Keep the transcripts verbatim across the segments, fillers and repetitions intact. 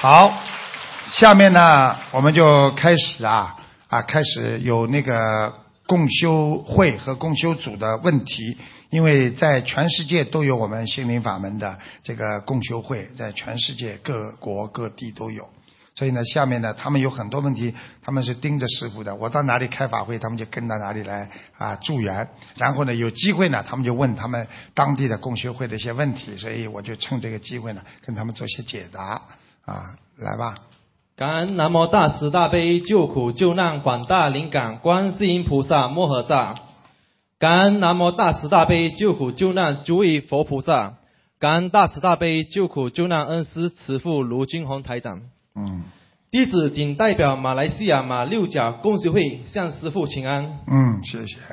好，下面呢，我们就开始啊啊，开始有那个共修会和共修组的问题，因为在全世界都有我们心灵法门的这个共修会，在全世界各国各地都有。所以呢，下面呢，他们有很多问题，他们是盯着师父的。我到哪里开法会，他们就跟到哪里来啊助缘。然后呢，有机会呢，他们就问他们当地的共修会的一些问题，所以我就趁这个机会呢，跟他们做些解答啊，来吧。 感恩南无大慈大悲救苦救难广大灵感观世音菩萨摩诃萨，感恩南无大慈大悲救苦救难诸位佛菩萨，感恩大慈大悲救苦救难恩师慈父卢军宏台长。 嗯， 弟子仅代表马来西亚马六甲共修会向师父请安。 嗯，谢谢。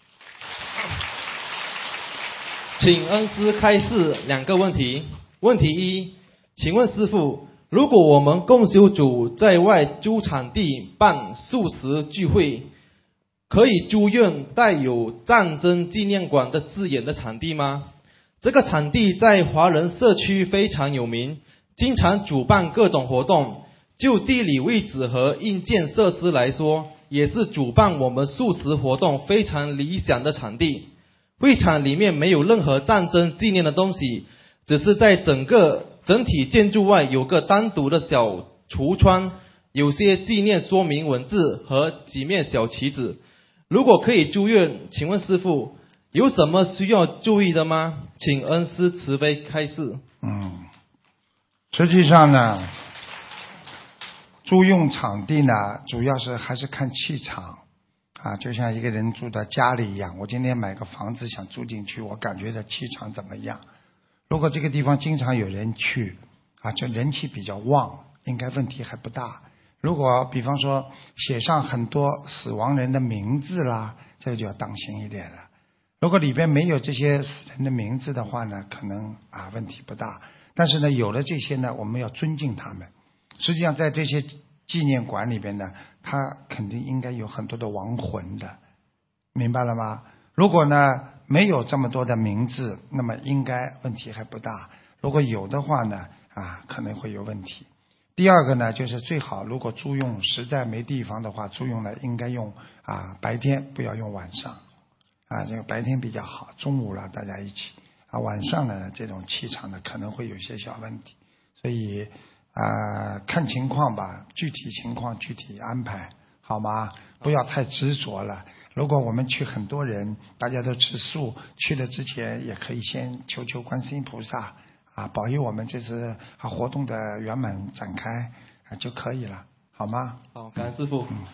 请恩师开示两个问题。问题一，请问师父，如果我们共修组在外租场地办素食聚会，可以租用带有战争纪念馆的字眼的场地吗？这个场地在华人社区非常有名，经常主办各种活动，就地理位置和硬件设施来说，也是主办我们素食活动非常理想的场地。会场里面没有任何战争纪念的东西，只是在整个整体建筑外有个单独的小橱窗，有些纪念说明文字和几面小旗子。如果可以租用，请问师父有什么需要注意的吗？请恩师慈悲开示。 嗯，实际上呢，租用场地呢，主要是还是看气场啊，就像一个人住在家里一样。我今天买个房子想住进去，我感觉这气场怎么样？如果这个地方经常有人去啊，这人气比较旺，应该问题还不大。如果比方说写上很多死亡人的名字啦，这个就要当心一点了。如果里边没有这些死人的名字的话呢，可能啊问题不大。但是呢，有了这些呢，我们要尊敬他们。实际上在这些纪念馆里边呢，它肯定应该有很多的亡魂的，明白了吗？如果呢没有这么多的名字，那么应该问题还不大。如果有的话呢，啊可能会有问题。第二个呢，就是最好如果租用实在没地方的话，租用呢应该用啊白天，不要用晚上啊，这个白天比较好，中午了大家一起啊，晚上呢这种气场呢可能会有些小问题，所以啊看情况吧，具体情况具体安排，好吗？不要太执着了。如果我们去很多人，大家都吃素，去了之前也可以先求求观世音菩萨啊，保佑我们这次啊活动的圆满展开啊就可以了，好吗？ 好，感恩师父。 嗯。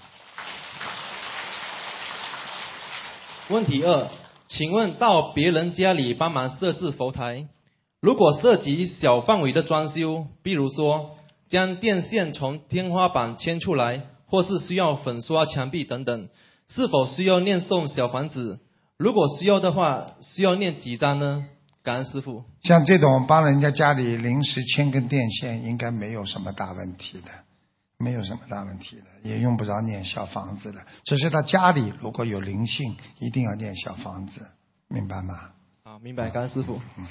问题二，请问到别人家里帮忙设置佛台，如果涉及小范围的装修，比如说将电线从天花板牵出来，或是需要粉刷墙壁等等，是否需要念诵小房子？如果需要的话，需要念几张呢？感恩师父。 像这种帮人家家里临时牵根电线，应该没有什么大问题的，没有什么大问题的，也用不着念小房子的。只是他家里如果有灵性，一定要念小房子，明白吗？ 好，明白，感恩师父。 嗯。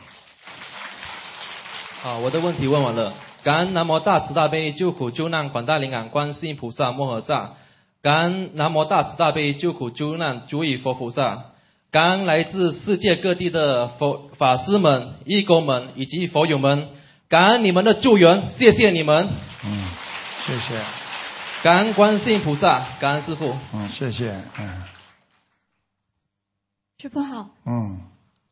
好，我的问题问完了。感恩南无大慈大悲救苦救难广大灵感观世音菩萨摩诃萨，感恩南无大慈大悲救苦救难诸位佛菩萨，感恩来自世界各地的佛法师们、义工们以及佛友们，感恩你们的助缘，谢谢你们。 嗯，谢谢。 感恩观世音菩萨，感恩师父。 嗯，谢谢。嗯。 师父好。 嗯。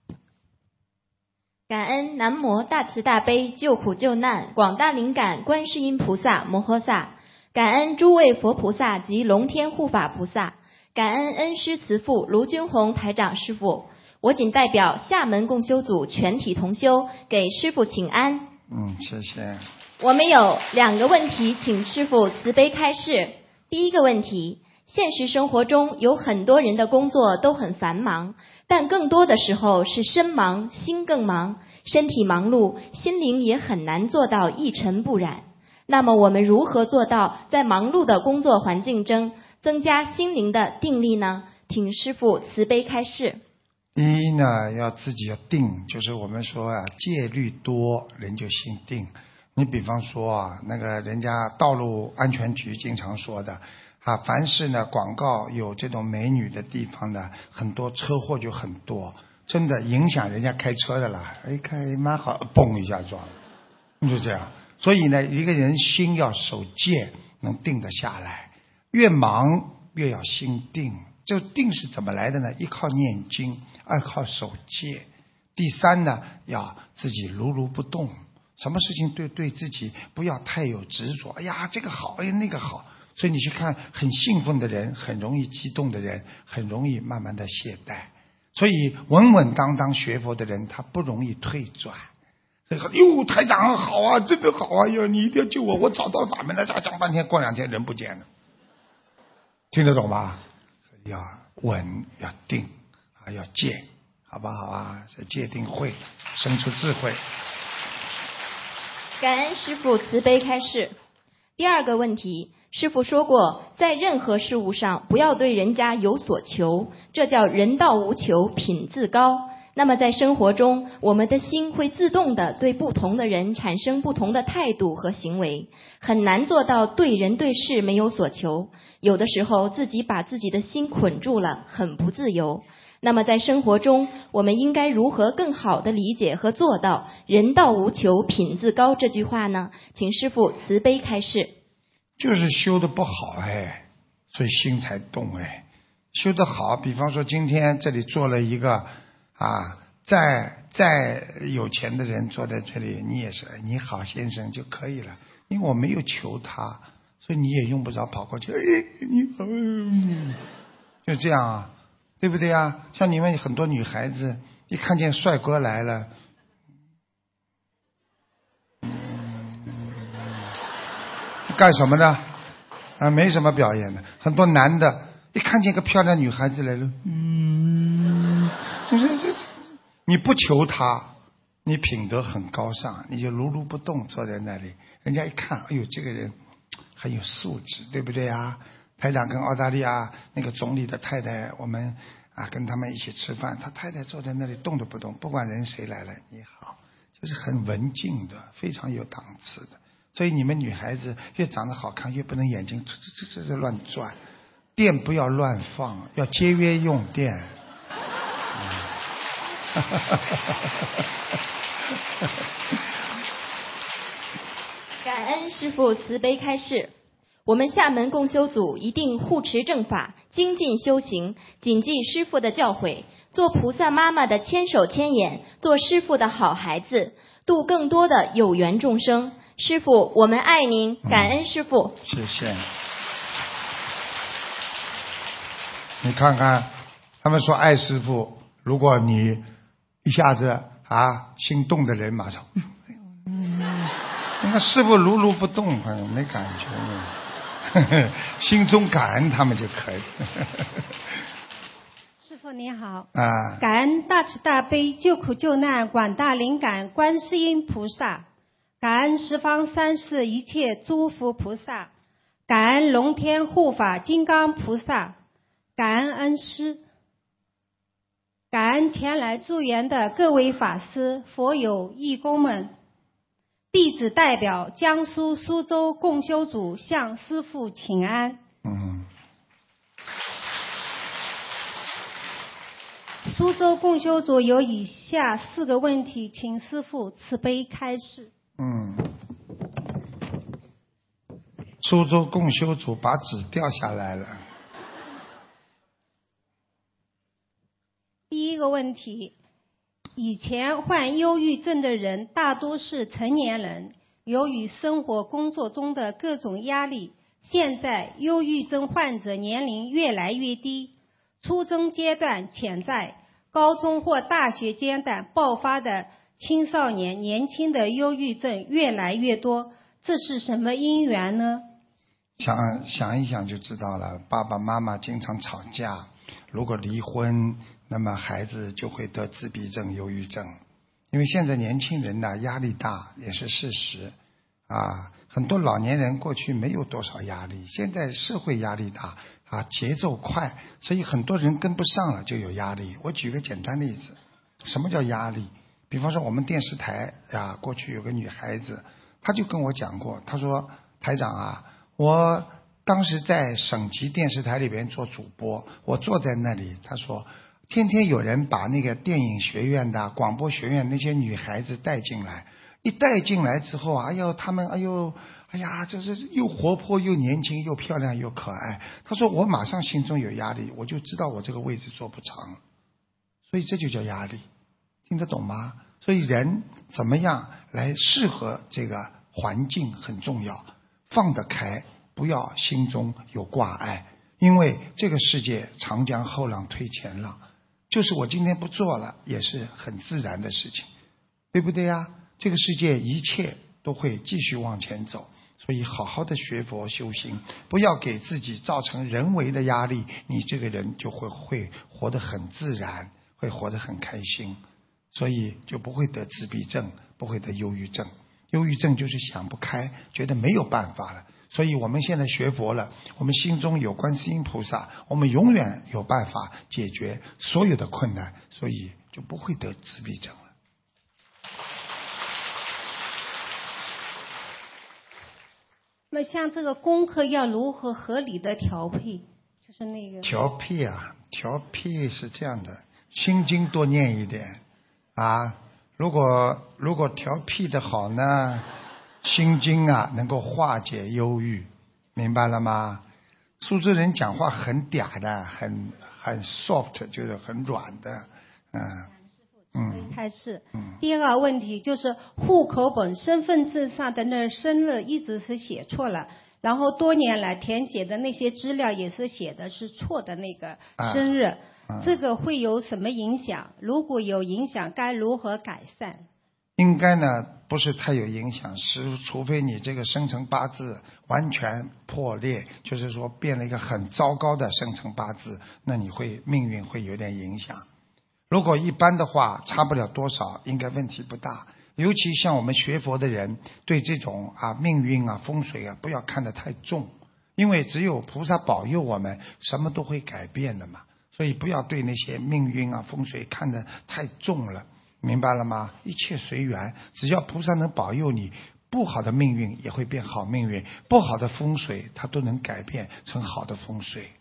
感恩南无大慈大悲救苦救难广大灵感观世音菩萨摩诃萨，感恩诸位佛菩萨及龙天护法菩萨，感恩恩师慈父卢军宏台长师父。我仅代表厦门共修组全体同修给师父请安。 嗯，谢谢。 我们有两个问题，请师父慈悲开示。第一个问题，现实生活中有很多人的工作都很繁忙，但更多的时候是身忙心更忙，身体忙碌，心灵也很难做到一尘不染。那么我们如何做到在忙碌的工作环境中增加心灵的定力呢？请师父慈悲开示。 第一呢，要自己要定，就是我们说啊，戒律多人就心定。 你比方说啊，那个人家道路安全局经常说的啊，凡是呢广告有这种美女的地方呢，很多车祸就很多，真的影响人家开车的啦。哎，开蛮好，嘣一下撞了，就这样。所以呢，一个人心要守戒，能定得下来。越忙越要心定。这定是怎么来的呢？一靠念经，二靠守戒。第三呢，要自己如如不动。什么事情对对自己不要太有执着。哎呀，这个好，哎那个好。所以你去看很兴奋的人，很容易激动的人，很容易慢慢的懈怠。所以稳稳当当学佛的人，他不容易退转。哟，台长好啊，真的好啊！哟，你一定要救我，我找到法门了，讲半天，过两天人不见了，听得懂吧？要稳，要定，啊，要戒，好不好啊？这戒定慧，生出智慧。 感恩师父慈悲开示。第二个问题，师父说过，在任何事物上不要对人家有所求，这叫人道无求，品自高。那么在生活中，我们的心会自动的对不同的人产生不同的态度和行为，很难做到对人对事没有所求。有的时候自己把自己的心捆住了，很不自由。那么在生活中，我们应该如何更好的理解和做到人道无求，品自高这句话呢？请师父慈悲开示。 就是修的不好哎，所以心才动哎。修得好，比方说今天这里坐了一个啊，再再有钱的人坐在这里，你也是你好先生就可以了，因为我没有求他，所以你也用不着跑过去。哎，你好，嗯、就这样啊，对不对啊？像你们很多女孩子一看见帅哥来了，干什么呢？啊，没什么表演的。很多男的一看见个漂亮女孩子来了，嗯，就是这，你不求她，你品德很高尚，你就如如不动坐在那里，人家一看，哎呦，这个人很有素质，对不对啊？台长跟澳大利亚那个总理的太太，我们啊跟他们一起吃饭，他太太坐在那里动都不动，不管人谁来了，你好，就是很文静的，非常有档次的。所以你们女孩子越长得好看，越不能眼睛这这这这乱转，电不要乱放，要节约用电。嗯、 感恩师父慈悲开示。我们厦门共修组一定护持正法，精进修行，谨记师父的教诲，做菩萨妈妈的千手千眼，做师父的好孩子，度更多的有缘众生。师父，我们爱您，感恩师父。 嗯、谢谢。你看看，他们说爱师父，如果你一下子啊心动的人，马上，嗯，那个师父如如不动，没感觉，呵呵，心中感恩他们就可以。 师父你好， 啊， 感恩大慈大悲救苦救难广大灵感观世音菩萨。感恩十方三世一切诸佛菩萨，感恩龙天护法金刚菩萨，感恩恩师，感恩前来助缘的各位法师、佛友、义工们。弟子代表江苏苏州共修组向师父请安。 嗯。 苏州共修组有以下四个问题，请师父慈悲开示。 嗯，苏州共修组把纸掉下来了。 第一个问题，以前患忧郁症的人大多是成年人，由于生活工作中的各种压力，现在忧郁症患者年龄越来越低，初中阶段潜在，高中或大学阶段爆发的青少年年轻的忧郁症越来越多，这是什么因缘呢？ 想想一想就知道了。爸爸妈妈经常吵架，如果离婚，那么孩子就会得自闭症、忧郁症。因为现在年轻人呢压力大也是事实啊，很多老年人过去没有多少压力，现在社会压力大啊，节奏快，所以很多人跟不上了就有压力。我举个简单例子，什么叫压力？比方说我们电视台啊，过去有个女孩子， 他就跟我讲过，他说台长啊，我当时在省级电视台里边做主播，我坐在那里，他说天天有人把那个电影学院的、广播学院那些女孩子带进来，一带进来之后，哎呦，他们哎呦，哎呀，这是又活泼又年轻又漂亮又可爱。他说我马上心中有压力，我就知道我这个位置做不长，所以这就叫压力，听得懂吗？所以人怎么样来适合这个环境很重要，放得开，不要心中有挂碍，因为这个世界长江后浪推前浪，就是我今天不做了也是很自然的事情，对不对呀？这个世界一切都会继续往前走，所以好好的学佛修行，不要给自己造成人为的压力，你这个人就会会活得很自然，会活得很开心，所以就不会得自闭症，不会得忧郁症。忧郁症就是想不开，觉得没有办法了。所以我们现在学佛了，我们心中有观世音菩萨，我们永远有办法解决所有的困难，所以就不会得自闭症了。 那像这个功课要如何合理的调配？就是那个调配啊，调配是这样的，心经多念一点啊。如果如果调配的好呢，心经啊能够化解忧郁，明白了吗？苏州人讲话很嗲的，很很 soft， 就是很软的，嗯嗯。 开始。第二个问题就是户口本、身份证上的那生日一直是写错了，然后多年来填写的那些资料也是写的是错的那个生日。啊这个会有什么影响？如果有影响，该如何改善？ 应该呢，不是太有影响，是除非你这个生辰八字完全破裂，就是说变了一个很糟糕的生辰八字，那你会命运会有点影响。如果一般的话，差不了多少，应该问题不大。尤其像我们学佛的人，对这种啊命运啊风水啊，不要看得太重，因为只有菩萨保佑我们，什么都会改变的嘛。所以不要对那些命运啊风水看得太重了，明白了吗？一切随缘，只要菩萨能保佑你，不好的命运也会变好命运，不好的风水它都能改变成好的风水。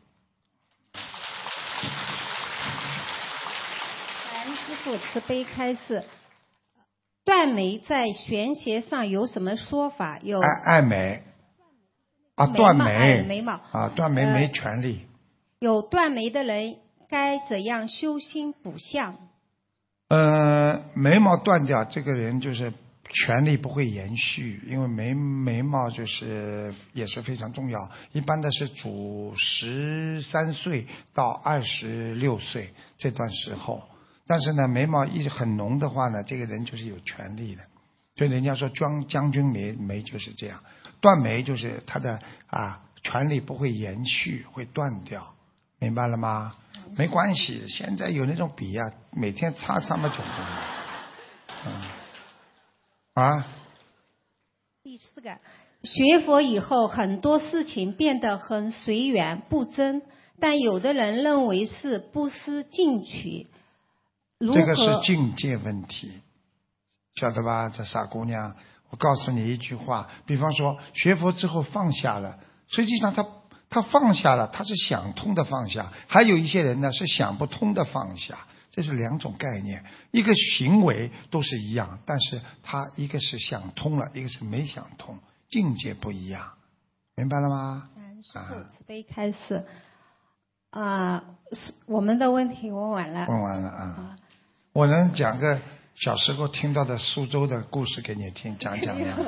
感恩师父慈悲开示。断眉在玄学上有什么说法？有爱爱美啊，断眉眉毛啊，断眉没权利。呃、 有断眉的人该怎样修心补相？ 呃，眉毛断掉，这个人就是权力不会延续，因为眉眉毛就是也是非常重要。一般的是主十三岁到二十六岁这段时候，但是呢，眉毛一直很浓的话呢，这个人就是有权力的。所以人家说将将军眉眉就是这样，断眉就是他的啊权力不会延续，会断掉。明白了吗？没关系，现在有那种笔啊，每天擦擦嘛就好了。嗯，啊。 第四个，学佛以后很多事情变得很随缘不争，但有的人认为是不思进取。 这个是境界问题，晓得吧？这傻姑娘，我告诉你一句话，比方说学佛之后放下了，实际上他。他放下了，他是想通的放下，还有一些人呢是想不通的放下，这是两种概念。一个行为都是一样，但是他一个是想通了，一个是没想通，境界不一样，明白了吗？ 嗯，师父慈悲开示啊，我们的问题问完了。 问完了啊，啊我能讲个小时候听到的苏州的故事给你听，讲讲呀。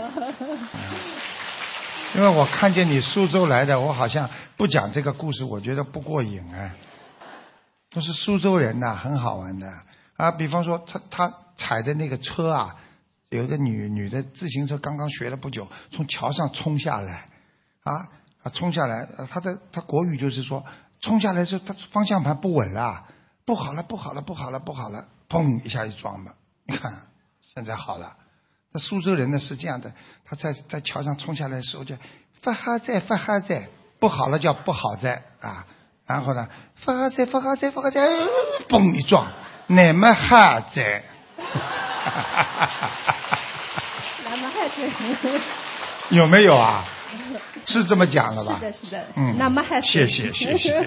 因为我看见你苏州来的，我好像不讲这个故事，我觉得不过瘾啊。都是苏州人呐、啊，很好玩的啊。比方说他他踩的那个车啊，有一个女女的自行车刚刚学了不久，从桥上冲下来啊啊冲下来，他的他国语就是说冲下来之后，他方向盘不稳了，不好了不好了不好了不好了，砰一下一撞吧，你看现在好了。那苏州人呢是这样的，他在在桥上冲下来的时候就发哈在发哈在，不好了叫不好在啊，然后呢发哈在发哈在发哈在，嘣一撞，那么哈在， 那么 Namahat。 有没有啊？是这么讲的吧？ 是的，是的。 嗯。 Namahat。 谢谢，谢谢。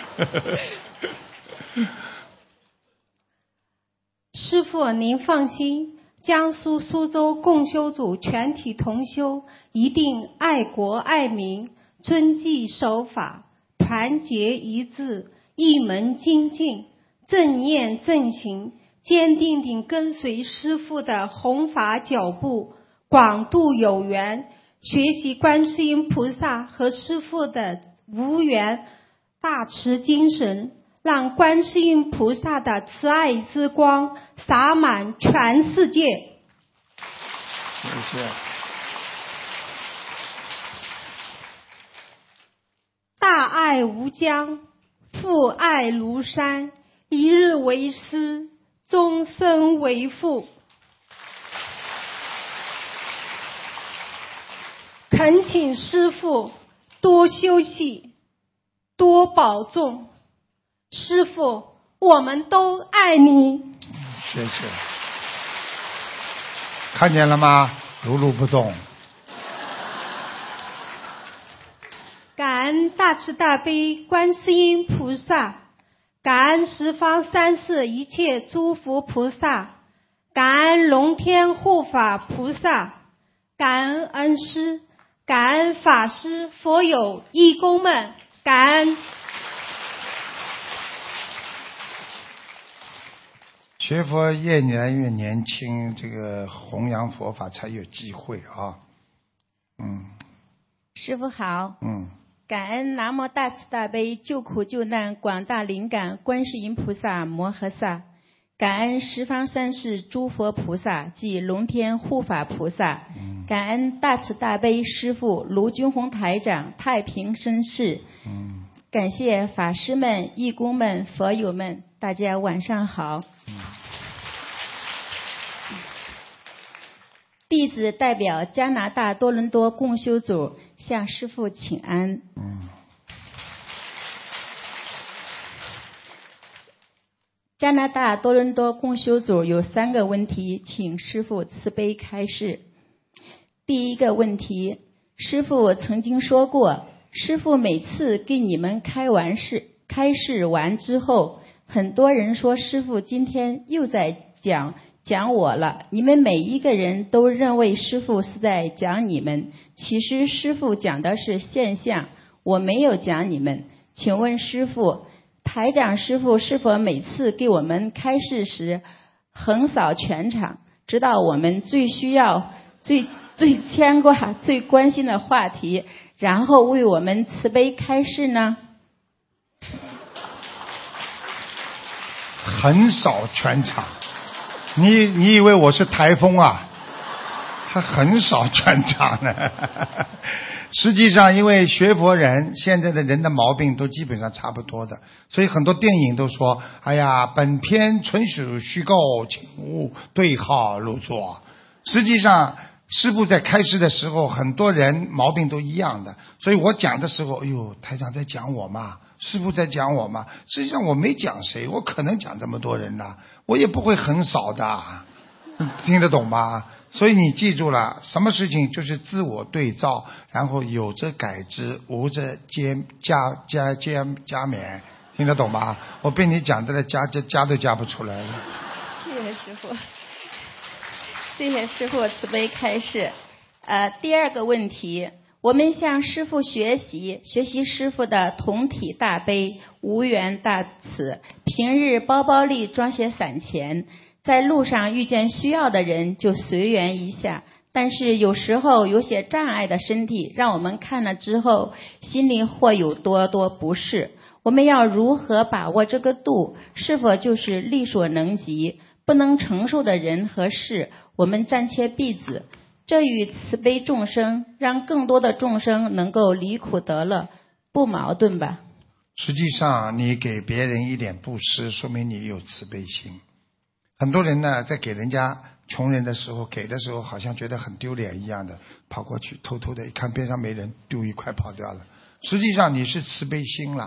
师父，您放心，江苏苏州共修组全体同修一定爱国爱民，遵纪守法，团结一致，一门精进，正念正行，坚定地跟随师父的弘法脚步，广度有缘，学习观世音菩萨和师父的无缘大慈精神，让观世音菩萨的慈爱之光洒满全世界。 谢谢。 大爱无疆，父爱如山，一日为师，终身为父。恳请师父多休息，多保重。师父，我们都爱你。 谢谢。看见了吗？如如不动。 感恩大慈大悲观世音菩萨，感恩十方三世一切诸佛菩萨，感恩龙天护法菩萨，感恩恩师，感恩法师、佛友、义工们，感恩。 学佛越来越年轻，这个弘扬佛法才有机会啊。嗯。 师父好。 嗯。 感恩南无大慈大悲救苦救难广大灵感观世音菩萨摩诃萨，感恩十方三世诸佛菩萨及龙天护法菩萨， 嗯、 感恩大慈大悲师父卢军宏台长太平绅士， 嗯、 感谢法师们、义工们、佛友们，大家晚上好。 嗯、 弟子代表加拿大多伦多共修组向师父请安。 嗯。 加拿大多伦多共修组有三个问题，请师父慈悲开示。第一个问题，师父曾经说过，师父每次给你们开完示开示完之后，很多人说师父今天又在讲讲我了，你们每一个人都认为师父是在讲你们，其实师父讲的是现象，我没有讲你们。请问师父，台长师父是否每次给我们开示时横扫全场，知道我们最需要、最最牵挂、最关心的话题，然后为我们慈悲开示呢？ 横扫全场。你你以为我是台风啊？还横扫全场呢。实际上，因为学佛人现在的人的毛病都基本上差不多的，所以很多电影都说：“哎呀，本片纯属虚构，请勿对号入座。”实际上，师父在开示的时候，很多人毛病都一样的，所以我讲的时候，哎呦，台长在讲我嘛，师父在讲我嘛。实际上我没讲谁，我可能讲这么多人的，我也不会横扫的，听得懂吗？所以你记住了，什么事情就是自我对照，然后有则改之，无则加加加加加勉，听得懂吗？我被你讲的了，加加加都加不出来了。 谢谢师父，谢谢师父慈悲开示。呃，第二个问题，我们向师父学习，学习师父的同体大悲、无缘大慈，平日包包里装些散钱。在路上遇见需要的人就随缘一下，但是有时候有些障碍的身体让我们看了之后心里或有多多不适，我们要如何把握这个度？是否就是力所能及，不能承受的人和事我们暂且避之，这与慈悲众生，让更多的众生能够离苦得乐，不矛盾吧？ 实际上你给别人一点布施，说明你有慈悲心。很多人呢，在给人家穷人的时候，给的时候好像觉得很丢脸一样的，跑过去偷偷的一看边上没人，丢一块跑掉了。实际上你是慈悲心了，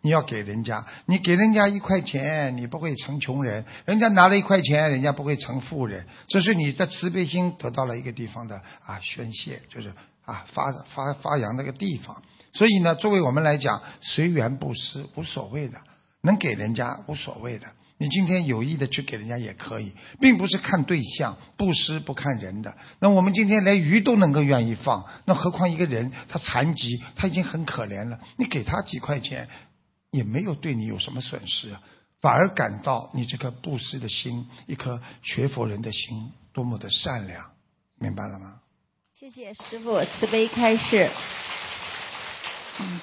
你要给人家，你给人家一块钱，你不会成穷人；人家拿了一块钱，人家不会成富人。这是你的慈悲心得到了一个地方的啊宣泄，就是啊发发发扬那个地方。所以呢，作为我们来讲，随缘布施无所谓的，能给人家无所谓的。你今天有意的去给人家也可以，并不是看对象，布施不看人的。那我们今天连鱼都能够愿意放，那何况一个人他残疾，他已经很可怜了，你给他几块钱也没有对你有什么损失啊，反而感到你这颗布施的心，一颗学佛人的心多么的善良，明白了吗？ 谢谢师父慈悲开示。嗯，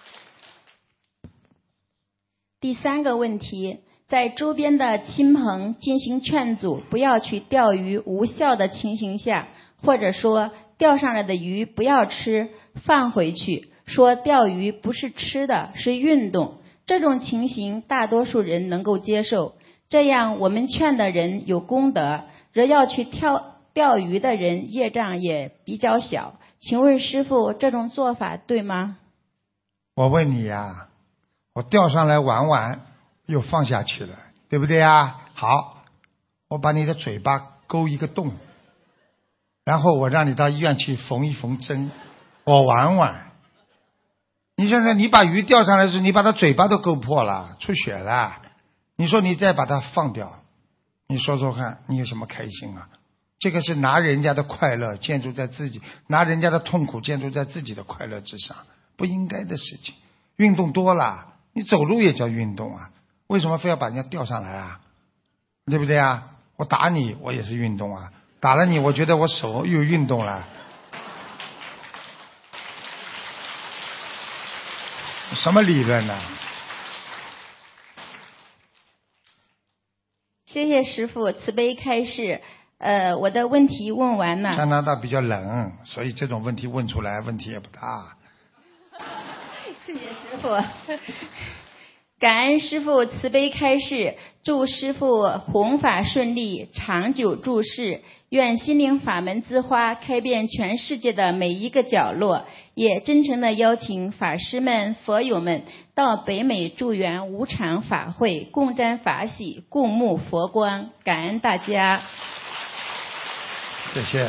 第三个问题，在周边的亲朋进行劝阻不要去钓鱼无效的情形下，或者说钓上来的鱼不要吃，放回去，说钓鱼不是吃的，是运动，这种情形大多数人能够接受，这样我们劝的人有功德，而要去跳钓鱼的人业障也比较小，请问师父这种做法对吗？ 我问你呀，我钓上来玩玩又放下去了，对不对呀？好，我把你的嘴巴勾一个洞，然后我让你到医院去缝一缝针，我玩玩。你现在你把鱼钓上来时，你把它嘴巴都勾破了，出血了，你说你再把它放掉，你说说看，你有什么开心啊？这个是拿人家的快乐建筑在自己，拿人家的痛苦建筑在自己的快乐之上，不应该的事情。运动多了，你走路也叫运动啊，为什么非要把人家吊上来啊？对不对啊？我打你我也是运动啊，打了你我觉得我手又运动了，什么理论呢？ 谢谢师父慈悲开示。呃，我的问题问完了。 加拿大比较冷，所以这种问题问出来问题也不大。 谢谢师父，感恩师父慈悲开示，祝师父弘法顺利，长久住世。愿心灵法门之花开遍全世界的每一个角落，也真诚的邀请法师们、佛友们到北美助缘无常法会，共沾法喜，共沐佛光。感恩大家。 谢谢。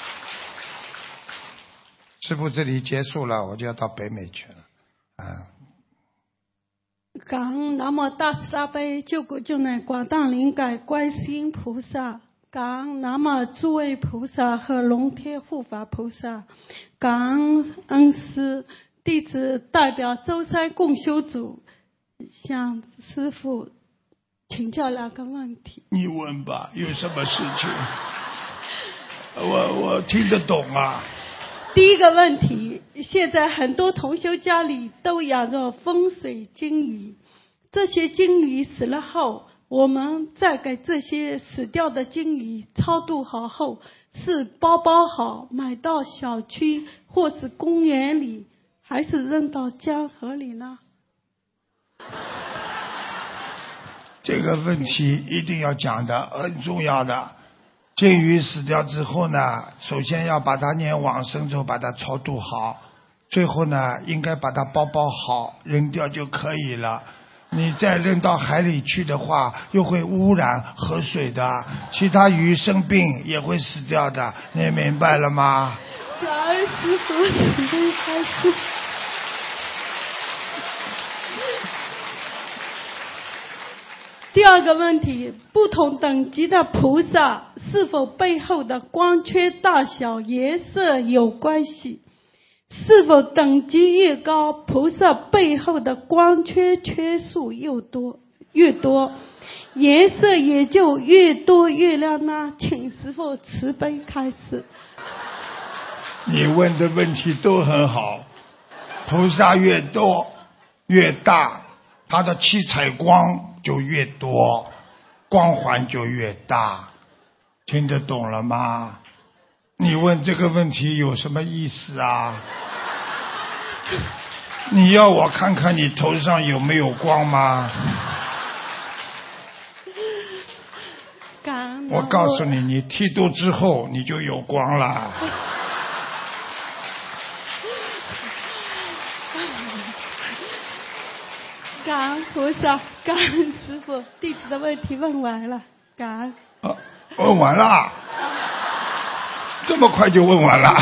师父这里结束了，我就要到北美去了。啊！ 感恩南无大慈大悲救苦救难广大灵感观世音菩萨，感恩南无诸位菩萨和龙天护法菩萨，感恩恩师，弟子代表舟山共修组向师父请教两个问题。 你问吧，有什么事情？我我听得懂啊。 第一个问题，现在很多同修家里都养着风水金鱼，这些金鱼死了后，我们再给这些死掉的金鱼超度好后，是包包好买到小区或是公园里，还是扔到江河里呢？ 这个问题一定要讲的，很重要的。金鱼死掉之后呢，首先要把它念往生咒，把它超度好，最后呢应该把它包包好，扔掉就可以了。你再扔到海里去的话，又会污染河水的，其他鱼生病也会死掉的，你明白了吗？ 感恩师父慈悲开示。第二个问题，不同等级的菩萨是否背后的光圈大小、颜色有关系？是否等级越高，菩萨背后的光圈圈数又多越多，颜色也就越多越亮呢？请师父慈悲开示。 你问的问题都很好，菩萨越多越大，它的七彩光就越多，光环就越大，听得懂了吗？你问这个问题有什么意思啊？你要我看看你头上有没有光吗？我告诉你，你剃度之后你就有光了。 感恩菩萨，感恩师父，弟子的问题问完了，感恩。 啊，问完了，这么快就问完了。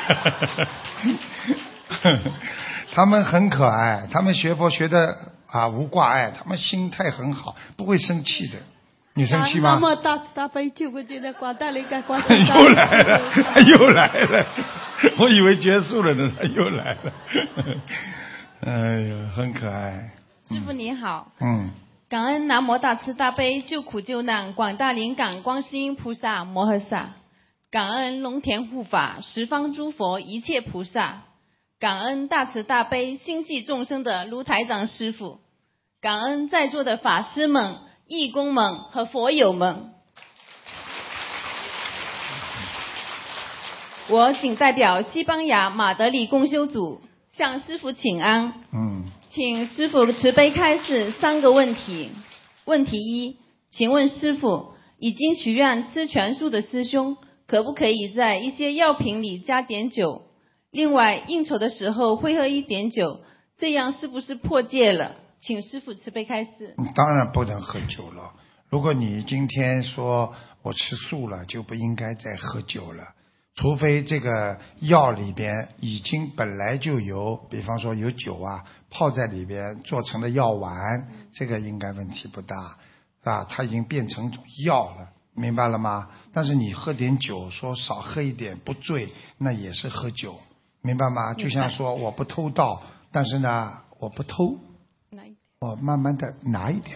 他们很可爱，他们学佛学的啊无挂碍，他们心态很好，不会生气的。你生气吗？ 那么大慈大悲救苦救难广大灵感观世音又来了，又来了，我以为结束了呢，他又来了。哎呀，很可爱。 师父你好。 嗯。 感恩南无大慈大悲救苦救难广大灵感观世音菩萨摩诃萨，感恩龙田护法十方诸佛一切菩萨，感恩大慈大悲心系众生的卢台长师父，感恩在座的法师们、义工们和佛友们。我仅代表西班牙马德里共修组向师父请安。 嗯。 请师父慈悲开示三个问题。问题一，请问师父，已经许愿吃全素的师兄，可不可以在一些药品里加点酒？另外，应酬的时候会喝一点酒，这样是不是破戒了？请师父慈悲开示。 当然不能喝酒了。如果你今天说我吃素了，就不应该再喝酒了。除非这个药里边已经本来就有，比方说有酒啊泡在里边做成的药丸，这个应该问题不大啊，它已经变成一种药了，明白了吗？但是你喝点酒，说少喝一点不醉，那也是喝酒，明白吗？就像说我不偷盗，但是呢我不偷，我慢慢的拿一点，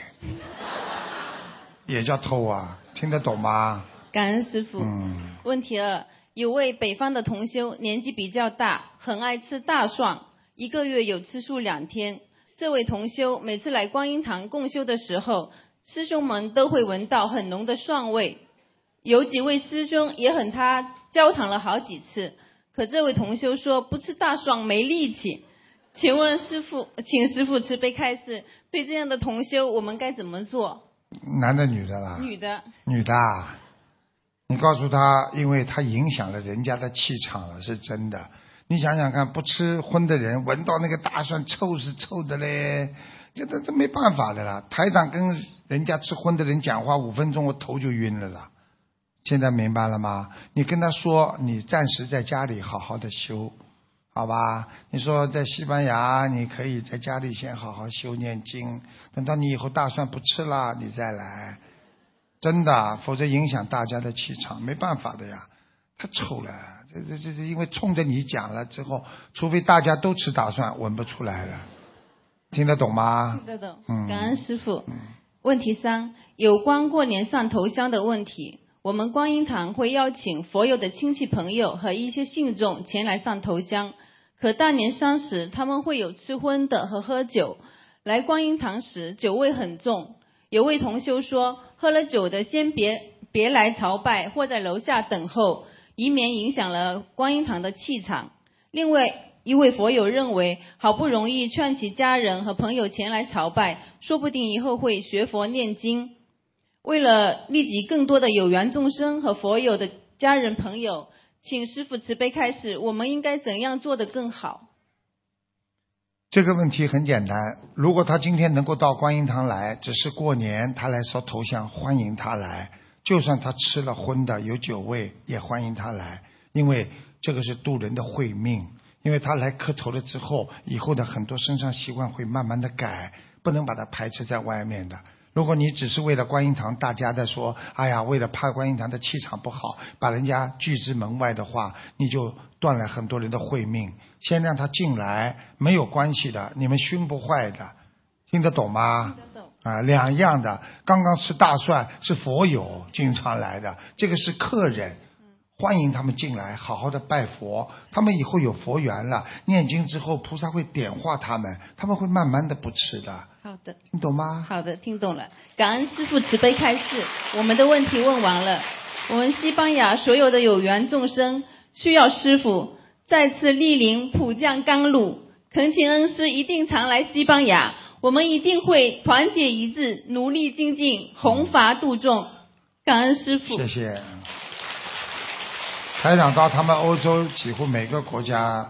也叫偷啊，听得懂吗？ 感恩师父。 嗯。 问题二，有位北方的同修年纪比较大，很爱吃大蒜，一个月有吃素两天。这位同修每次来观音堂共修的时候，师兄们都会闻到很浓的蒜味，有几位师兄也和他交谈了好几次，可这位同修说不吃大蒜没力气。请问师父，请师父慈悲开示，对这样的同修我们该怎么做？ 男的女的啦？ 女的。 女的啊。你告诉他，因为他影响了人家的气场了，是真的。你想想看，不吃荤的人闻到那个大蒜臭是臭的嘞，这这这没办法的啦。台长跟人家吃荤的人讲话五分钟，我头就晕了啦。现在明白了吗？你跟他说，你暂时在家里好好的修，好吧？你说在西班牙，你可以在家里先好好修念经，等到你以后大蒜不吃了，你再来。真的，否则影响大家的气场，没办法的呀。太臭了，这这这这，因为冲着你讲了之后，除非大家都吃大蒜，闻不出来了。听得懂吗？ 听得懂。 嗯。 感恩师父。嗯。问题三，有关过年上头香的问题。我们观音堂会邀请佛友的亲戚朋友和一些信众前来上头香，可大年三十他们会有吃荤的和喝酒。来观音堂时酒味很重。有位同修说，喝了酒的先别别来朝拜，或在楼下等候，以免影响了观音堂的气场。另外一位佛友认为，好不容易劝其家人和朋友前来朝拜，说不定以后会学佛念经。为了利及更多的有缘众生和佛友的家人朋友，请师父慈悲开示，我们应该怎样做得更好？ 这个问题很简单，如果他今天能够到观音堂来，只是过年他来烧头香，欢迎他来，就算他吃了荤的有酒味也欢迎他来，因为这个是渡人的慧命，因为他来磕头了之后，以后的很多身上习惯会慢慢的改，不能把它排斥在外面的。如果你只是为了观音堂大家的说，哎呀，为了怕观音堂的气场不好，把人家拒之门外的话，你就断了很多人的慧命。先让他进来，没有关系的，你们熏不坏的，听得懂吗？听得懂。啊，两样的。刚刚吃大蒜是佛友经常来的，这个是客人，欢迎他们进来，好好的拜佛。他们以后有佛缘了，念经之后菩萨会点化他们，他们会慢慢的不吃的。 好的， 听懂吗？ 好的，听懂了。感恩师父慈悲开示，我们的问题问完了。我们西班牙所有的有缘众生需要师父再次莅临普降甘露，恳请恩师一定常来西班牙，我们一定会团结一致，努力精进，弘法度众。感恩师父。 谢谢。台长到他们欧洲几乎每个国家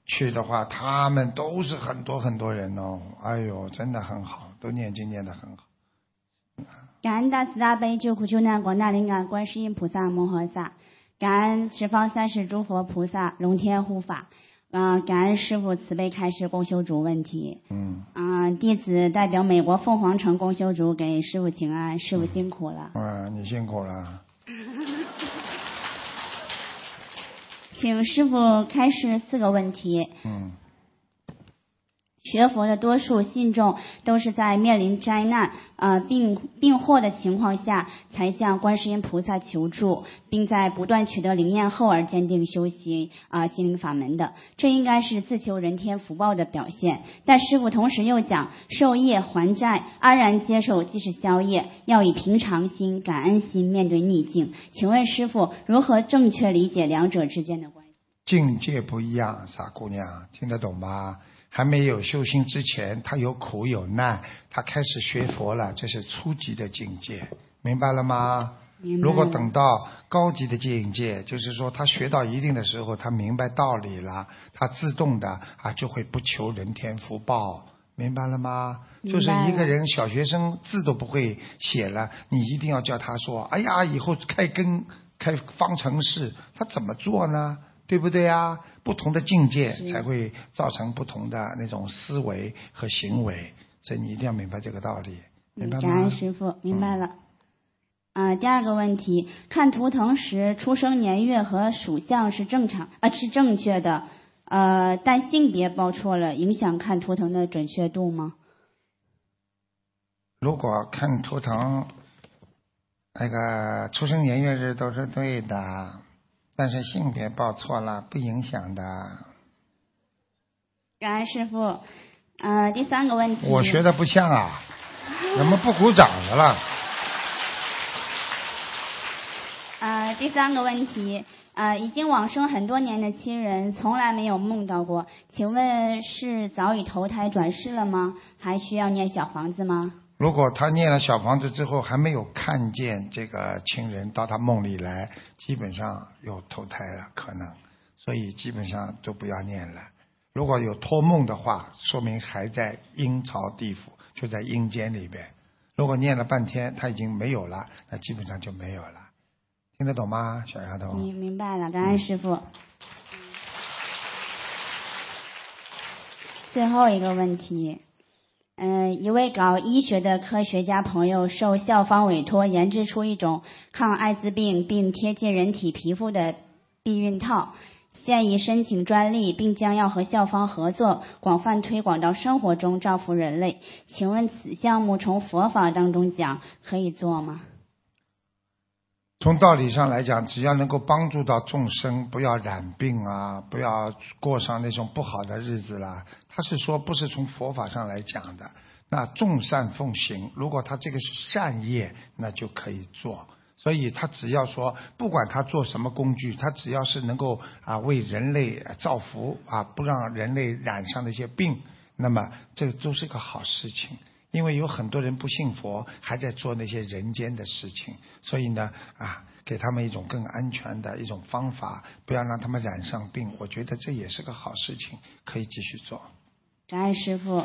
去的话，他们都是很多很多人哦，哎呦，真的很好，都念经念得很好。 感恩大慈大悲救苦救难广大灵感观世音菩萨摩诃萨，感恩十方三世诸佛菩萨龙天护法，嗯、呃，感恩师父慈悲开示共修组问题。 嗯。 嗯、呃，弟子代表美国凤凰城共修组给师父请安，师父辛苦了。 嗯，嗯你辛苦了。 请师父开示四个问题。 嗯。 学佛的多数信众都是在面临灾难、呃病病祸的情况下，才向观世音菩萨求助，并在不断取得灵验后而坚定修习啊、呃、心灵法门的。这应该是自求人天福报的表现。但师父同时又讲，受业还债，安然接受即是消业，要以平常心、感恩心面对逆境。请问师父，如何正确理解两者之间的关系？ 境界不一样，傻姑娘，听得懂吗？还没有修心之前，他有苦有难，他开始学佛了，这是初级的境界，明白了吗？ 明白了。 如果等到高级的境界，就是说他学到一定的时候，他明白道理了，他自动的啊就会不求人天福报，明白了吗？就是一个人小学生字都不会写了，你一定要叫他说，哎呀，以后开根开方程式，他怎么做呢？对不对啊？不同的境界才会造成不同的那种思维和行为，所以你一定要明白这个道理，明白吗？ 感恩师父，明白了。嗯、呃，第二个问题，看图腾时出生年月和属相是正常啊、呃，是正确的，呃，但性别报错了，影响看图腾的准确度吗？ 如果看图腾，那个出生年月日都是对的。但是性别报错了不影响的。 感恩师父。呃，第三个问题。 我学的不像啊，怎么不鼓掌的了？ 呃，第三个问题，呃，已经往生很多年的亲人从来没有梦到过，请问是早已投胎转世了吗？还需要念小房子吗？ 如果他念了小房子之后还没有看见这个亲人到他梦里来，基本上有投胎了可能，所以基本上都不要念了。如果有托梦的话，说明还在阴曹地府，就在阴间里边。如果念了半天他已经没有了，那基本上就没有了。听得懂吗，小丫头？ 明明白了，感恩师父。嗯、最后一个问题。嗯，一位搞医学的科学家朋友受校方委托研制出一种抗艾滋病并贴近人体皮肤的避孕套，现已申请专利，并将要和校方合作，广泛推广到生活中，造福人类。请问此项目从佛法当中讲可以做吗？ 从道理上来讲，只要能够帮助到众生，不要染病啊，不要过上那种不好的日子啦。他是说不是从佛法上来讲的，那众善奉行，如果他这个是善业，那就可以做。所以他只要说，不管他做什么工具，他只要是能够啊为人类造福啊，不让人类染上那些病，那么这个都是个好事情。因为有很多人不信佛，还在做那些人间的事情，所以呢，啊，给他们一种更安全的一种方法，不要让他们染上病。我觉得这也是个好事情，可以继续做。 感恩师父，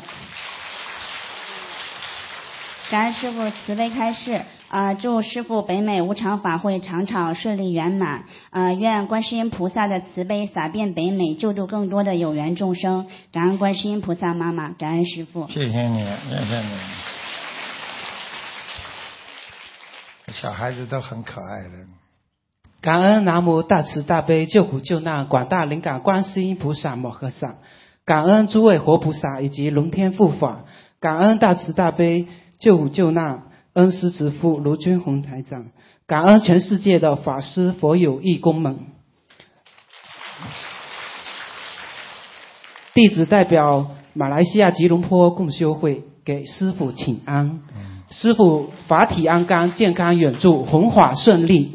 感恩师父慈悲开示。啊、呃，祝师父北美无常法会场场顺利圆满。呃，愿观世音菩萨的慈悲洒遍北美，救度更多的有缘众生。感恩观世音菩萨妈妈，感恩师父。 谢谢你，谢谢你。小孩子都很可爱的。 感恩南无大慈大悲救苦救难广大灵感观世音菩萨摩诃萨，感恩诸位活菩萨以及龙天护法，感恩大慈大悲救苦救难恩师慈父卢军宏台长，感恩全世界的法师佛友义工们。弟子代表马来西亚吉隆坡共修会给师父请安，师父法体安康，健康远驻，弘法顺利。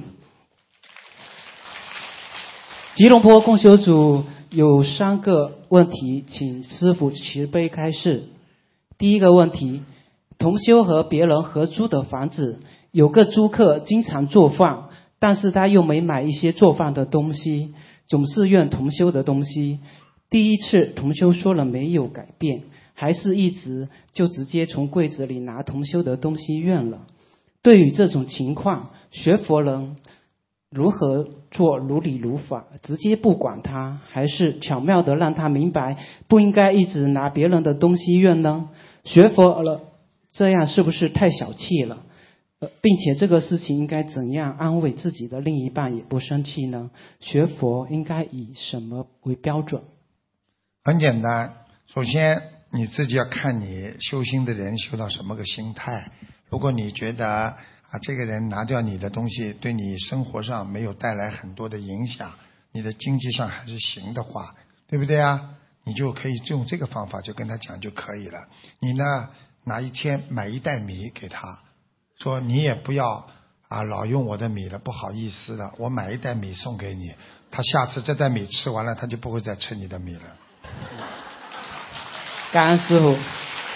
吉隆坡共修组有三个问题，请师父慈悲开示。第一个问题，同修和别人合租的房子，有个租客经常做饭，但是他又没买一些做饭的东西，总是用同修的东西。 第一次同修说了没有改变，还是一直就直接从柜子里拿同修的东西怨了。对于这种情况，学佛人如何做如理如法，直接不管他，还是巧妙的让他明白不应该一直拿别人的东西怨呢？学佛了，这样是不是太小气了？呃，并且这个事情应该怎样安慰自己的另一半也不生气呢？学佛应该以什么为标准？ 很简单，首先你自己要看你修心的人修到什么个心态。如果你觉得啊，这个人拿掉你的东西对你生活上没有带来很多的影响，你的经济上还是行的话，对不对啊？你就可以用这个方法就跟他讲就可以了。你呢，拿一天买一袋米给他，说你也不要啊老用我的米了，不好意思了，我买一袋米送给你，他下次这袋米吃完了，他就不会再吃你的米了。 感恩师父。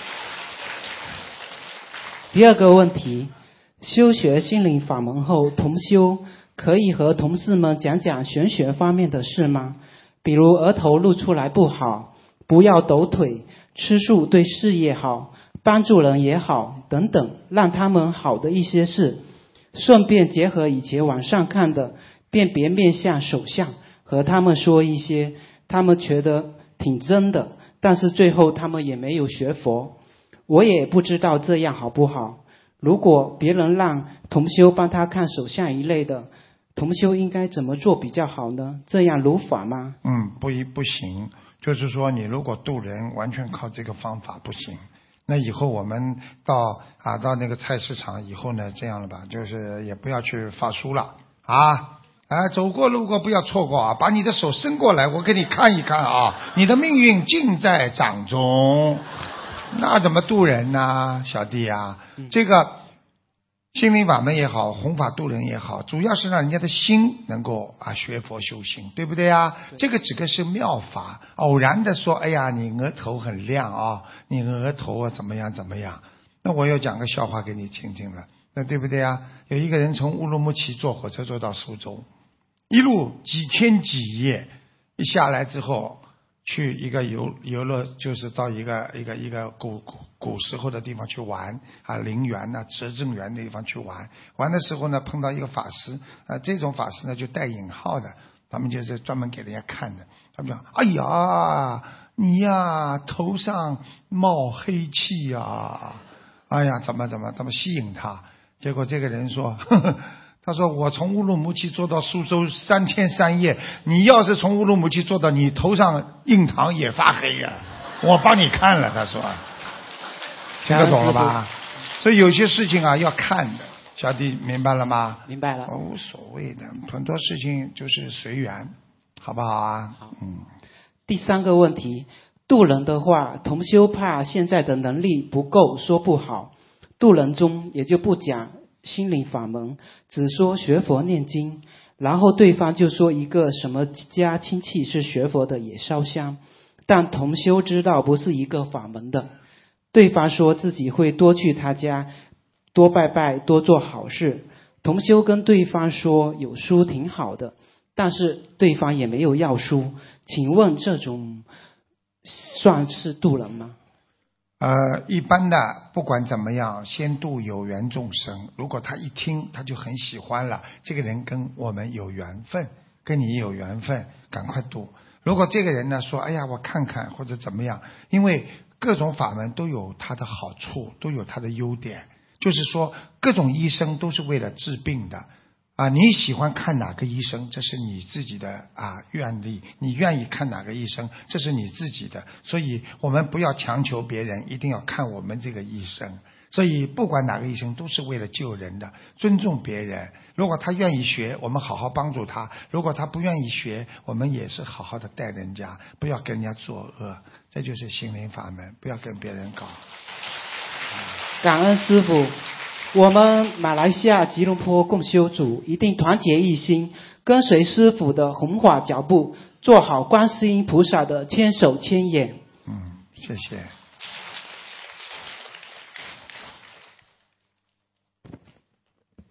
第二个问题，修学心灵法门后，同修可以和同事们讲讲玄学方面的事吗？比如额头露出来不好，不要抖腿，吃素对事业好，帮助人也好等等，让他们好的一些事。顺便结合以前网上看的辨别面相手相，和他们说一些他们觉得挺真的，但是最后他们也没有学佛。我也不知道这样好不好。如果别人让同修帮他看手相一类的，同修应该怎么做比较好呢？这样如法吗？ 嗯，不一不行。就是说你如果渡人完全靠这个方法不行。那以后我们到啊到那个菜市场以后呢，这样了吧，就是也不要去发书了啊。哎，走过路过不要错过啊！把你的手伸过来，我给你看一看啊！你的命运尽在掌中，那怎么渡人呢，小弟啊？这个心灵法门也好，弘法渡人也好，主要是让人家的心能够啊学佛修行，对不对啊？这个只个是妙法，偶然的说，哎呀，你额头很亮啊，你额头啊怎么样怎么样？那我要讲个笑话给你听听了，那对不对啊？有一个人从乌鲁木齐坐火车坐到苏州。一路几天几夜，一下来之后，去一个游游乐，就是到一个一个一个古古古时候的地方去玩啊，陵园呐、执政园的地方去玩。玩的时候呢，碰到一个法师啊，这种法师呢就带引号的，他们就是专门给人家看的。他们讲：“哎呀，你呀头上冒黑气呀，哎呀怎么怎么怎么吸引他？”结果这个人说：“呵呵。”他说我从乌鲁木齐坐到苏州三天三夜，你要是从乌鲁木齐坐到你头上印堂也发黑呀、啊，我帮你看了。他说听得懂了吧？所以有些事情啊要看的，小弟明白了吗？ 明白了。 无所谓的，很多事情就是随缘，好不好啊？ 好。 嗯。 第三个问题，渡人的话，同修怕现在的能力不够，说不好。渡人中也就不讲心灵法门，只说学佛念经，然后对方就说一个什么家亲戚是学佛的也烧香，但同修知道不是一个法门的。对方说自己会多去他家，多拜拜，多做好事。同修跟对方说有书挺好的，但是对方也没有要书。请问这种算是渡人吗？ 呃，一般的不管怎么样，先度有缘众生。如果他一听他就很喜欢了，这个人跟我们有缘分，跟你有缘分，赶快度。如果这个人呢说，哎呀，我看看或者怎么样，因为各种法门都有它的好处，都有它的优点。就是说，各种医生都是为了治病的。啊，你喜欢看哪个医生，这是你自己的啊愿力，你愿意看哪个医生，这是你自己的。所以我们不要强求别人一定要看我们这个医生。所以不管哪个医生都是为了救人的，尊重别人。如果他愿意学，我们好好帮助他；如果他不愿意学，我们也是好好的带人家，不要跟人家作恶。这就是心灵法门，不要跟别人搞。 感恩师父。我们马来西亚吉隆坡共修组一定团结一心，跟随师父的弘法脚步，做好观世音菩萨的千手千眼。 嗯，谢谢。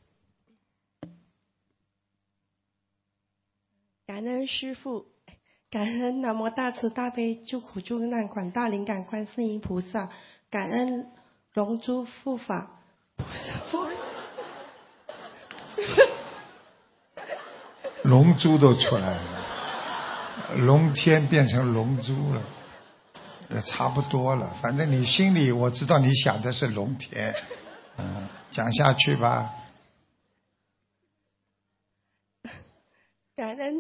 感恩师父， 感恩南无大慈大悲救苦救难广大灵感观世音菩萨，感恩龙珠护法菩萨。 龙珠都出来了，龙天变成龙珠了，也差不多了。反正你心里我知道你想的是龙天，嗯，讲下去吧。 感恩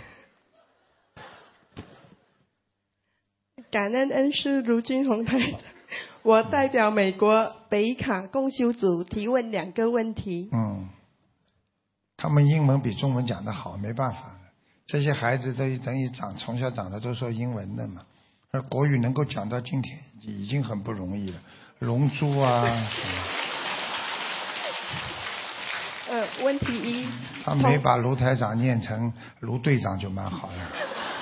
感恩恩师卢军宏台长，我代表美国北卡共修组提问两个问题。 嗯，他们英文比中文讲得好，没办法，这些孩子都等于长从小长的都说英文的嘛，而国语能够讲到今天已经很不容易了。龙珠啊， 呃，问题一， 他没把卢台长念成卢队长就蛮好了。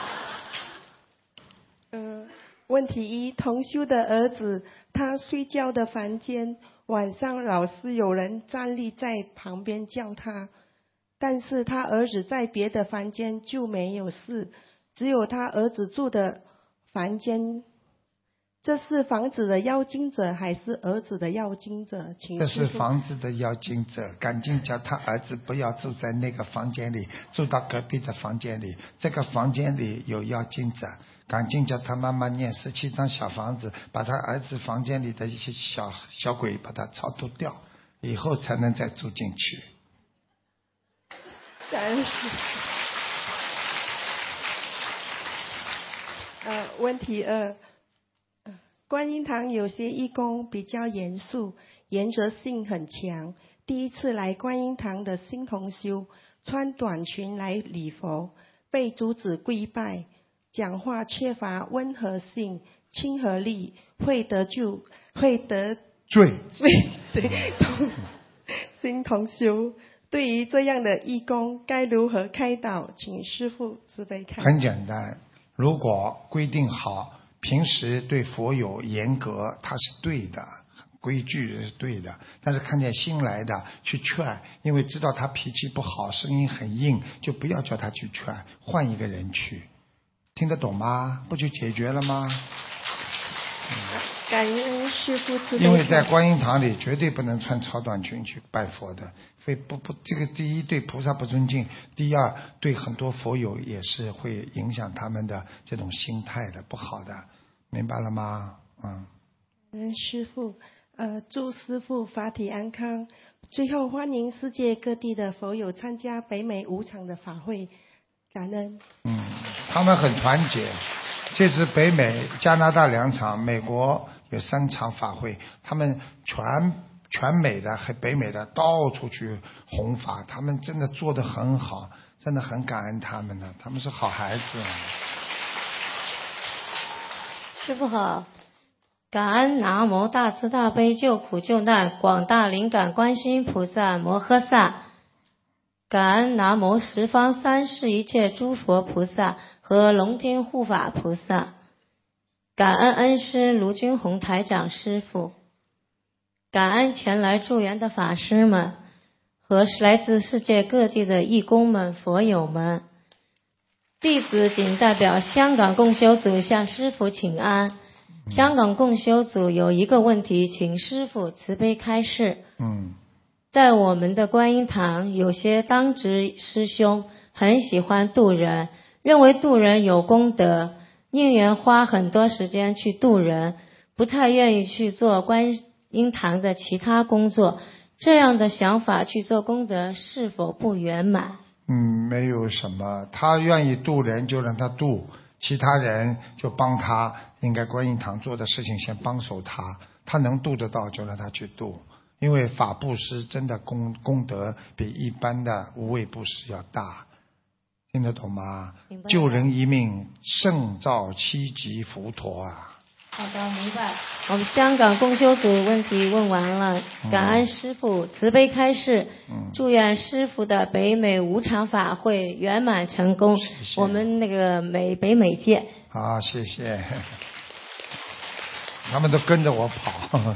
呃，问题一，同修的儿子，他睡觉的房间晚上老是有人站立在旁边叫他，但是他儿子在别的房间就没有事，只有他儿子住的房间，这是房子的妖精者还是儿子的妖精者？请这是师父房子的妖精者，赶紧叫他儿子不要住在那个房间里，住到隔壁的房间里。这个房间里有妖精者，赶紧叫他妈妈念十七张小房子，把他儿子房间里的一些小小鬼把他超度掉，以后才能再住进去。 感恩师父。呃，问题二，观音堂有些义工比较严肃，原则性很强。第一次来观音堂的新同修穿短裙来礼佛，被阻止跪拜，讲话缺乏温和性、亲和力，会得救，会得罪。 罪同新同修。对于这样的义工，该如何开导？请师父慈悲开导。 很简单，如果规定好，平时对佛友严格，他是对的，规矩是对的。但是看见新来的去劝，因为知道他脾气不好，声音很硬，就不要叫他去劝，换一个人去。听得懂吗？不就解决了吗？ 感恩师父慈悲。 因为在观音堂里绝对不能穿超短裙去拜佛的，非不不，这个第一对菩萨不尊敬，第二对很多佛友也是会影响他们的这种心态的，不好的，明白了吗？嗯。 嗯，师父，呃，祝师父法体安康。最后欢迎世界各地的佛友参加北美五场的法会，感恩。 嗯，他们很团结。这次北美、加拿大两场，美国有三场法会，他们全全美的和北美的到处去弘法，他们真的做得很好，真的很感恩他们的，他们是好孩子。 师父好，感恩南无大慈大悲救苦救难广大灵感观世音菩萨摩诃萨，感恩南无十方三世一切诸佛菩萨和龙天护法菩萨，感恩恩师卢军宏台长师父，感恩前来助缘的法师们和来自世界各地的义工们、佛友们。弟子仅代表香港共修组向师父请安。香港共修组有一个问题，请师父慈悲开示。 嗯， 在我们的观音堂，有些当值师兄很喜欢渡人，认为渡人有功德，宁愿花很多时间去渡人，不太愿意去做观音堂的其他工作。这样的想法去做功德是否不圆满？ 嗯，没有什么，他愿意渡人就让他渡，其他人就帮他，应该观音堂做的事情先帮手他，他能渡得到就让他去渡，因为法布施真的功功德比一般的无畏布施要大，听得懂吗？救人一命胜造七级浮屠啊！ 好的，明白。我们香港共修组问题问完了，感恩师父慈悲开示， 嗯、 祝愿师父的北美五场法会圆满成功。 谢谢我们那个美北美见。 好，谢谢。他们都跟着我跑。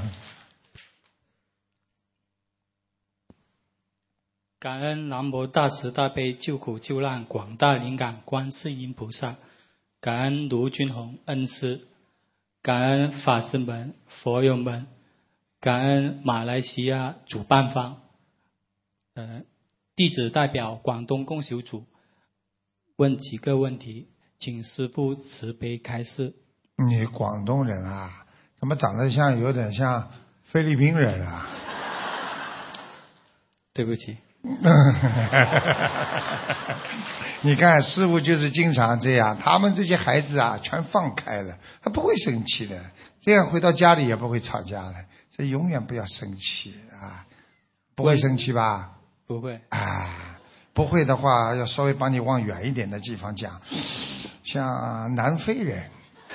感恩南无大慈大悲救苦救难广大灵感观世音菩萨， 感恩卢军宏恩师，感恩法师们、佛友们，感恩马来西亚主办方。呃，弟子代表广东共修组问几个问题，请师父慈悲开示。 你广东人啊，怎么长得像有点像菲律宾人啊？ 对不起。 你看师父就是经常这样，他们这些孩子啊全放开了，他不会生气的，这样回到家里也不会吵架了，所以永远不要生气啊。不会生气吧？ 不会。 啊，不会的话要稍微帮你往远一点的地方讲，像南非人。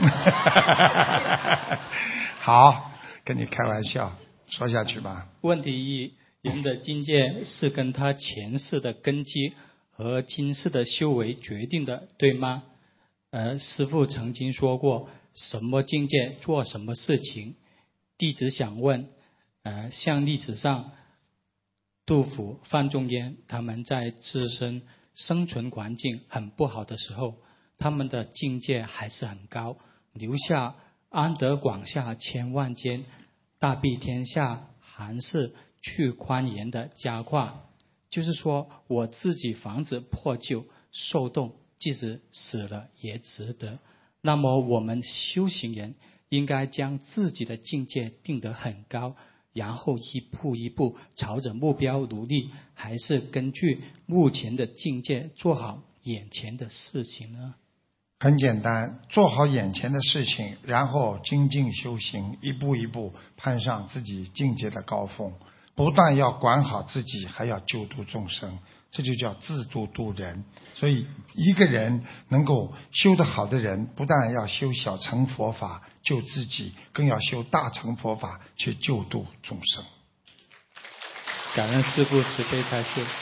好，跟你开玩笑，说下去吧。 问题一，人的境界是跟他前世的根基和今世的修为决定的，对吗？呃，师父曾经说过，什么境界做什么事情。弟子想问，呃，像历史上杜甫、范仲淹他们在自身生存环境很不好的时候，他们的境界还是很高，留下安得广厦千万间，大庇天下寒士去宽严的佳话。就是说我自己房子破旧受冻，即使死了也值得。那么我们修行人应该将自己的境界定得很高，然后一步一步朝着目标努力，还是根据目前的境界做好眼前的事情呢？ 很简单，做好眼前的事情，然后精进修行，一步一步攀上自己境界的高峰。不但要管好自己，还要救度众生，这就叫自度度人。所以一个人能够修得好的人，不但要修小乘佛法救自己，更要修大乘佛法去救度众生。 感恩师父慈悲开示。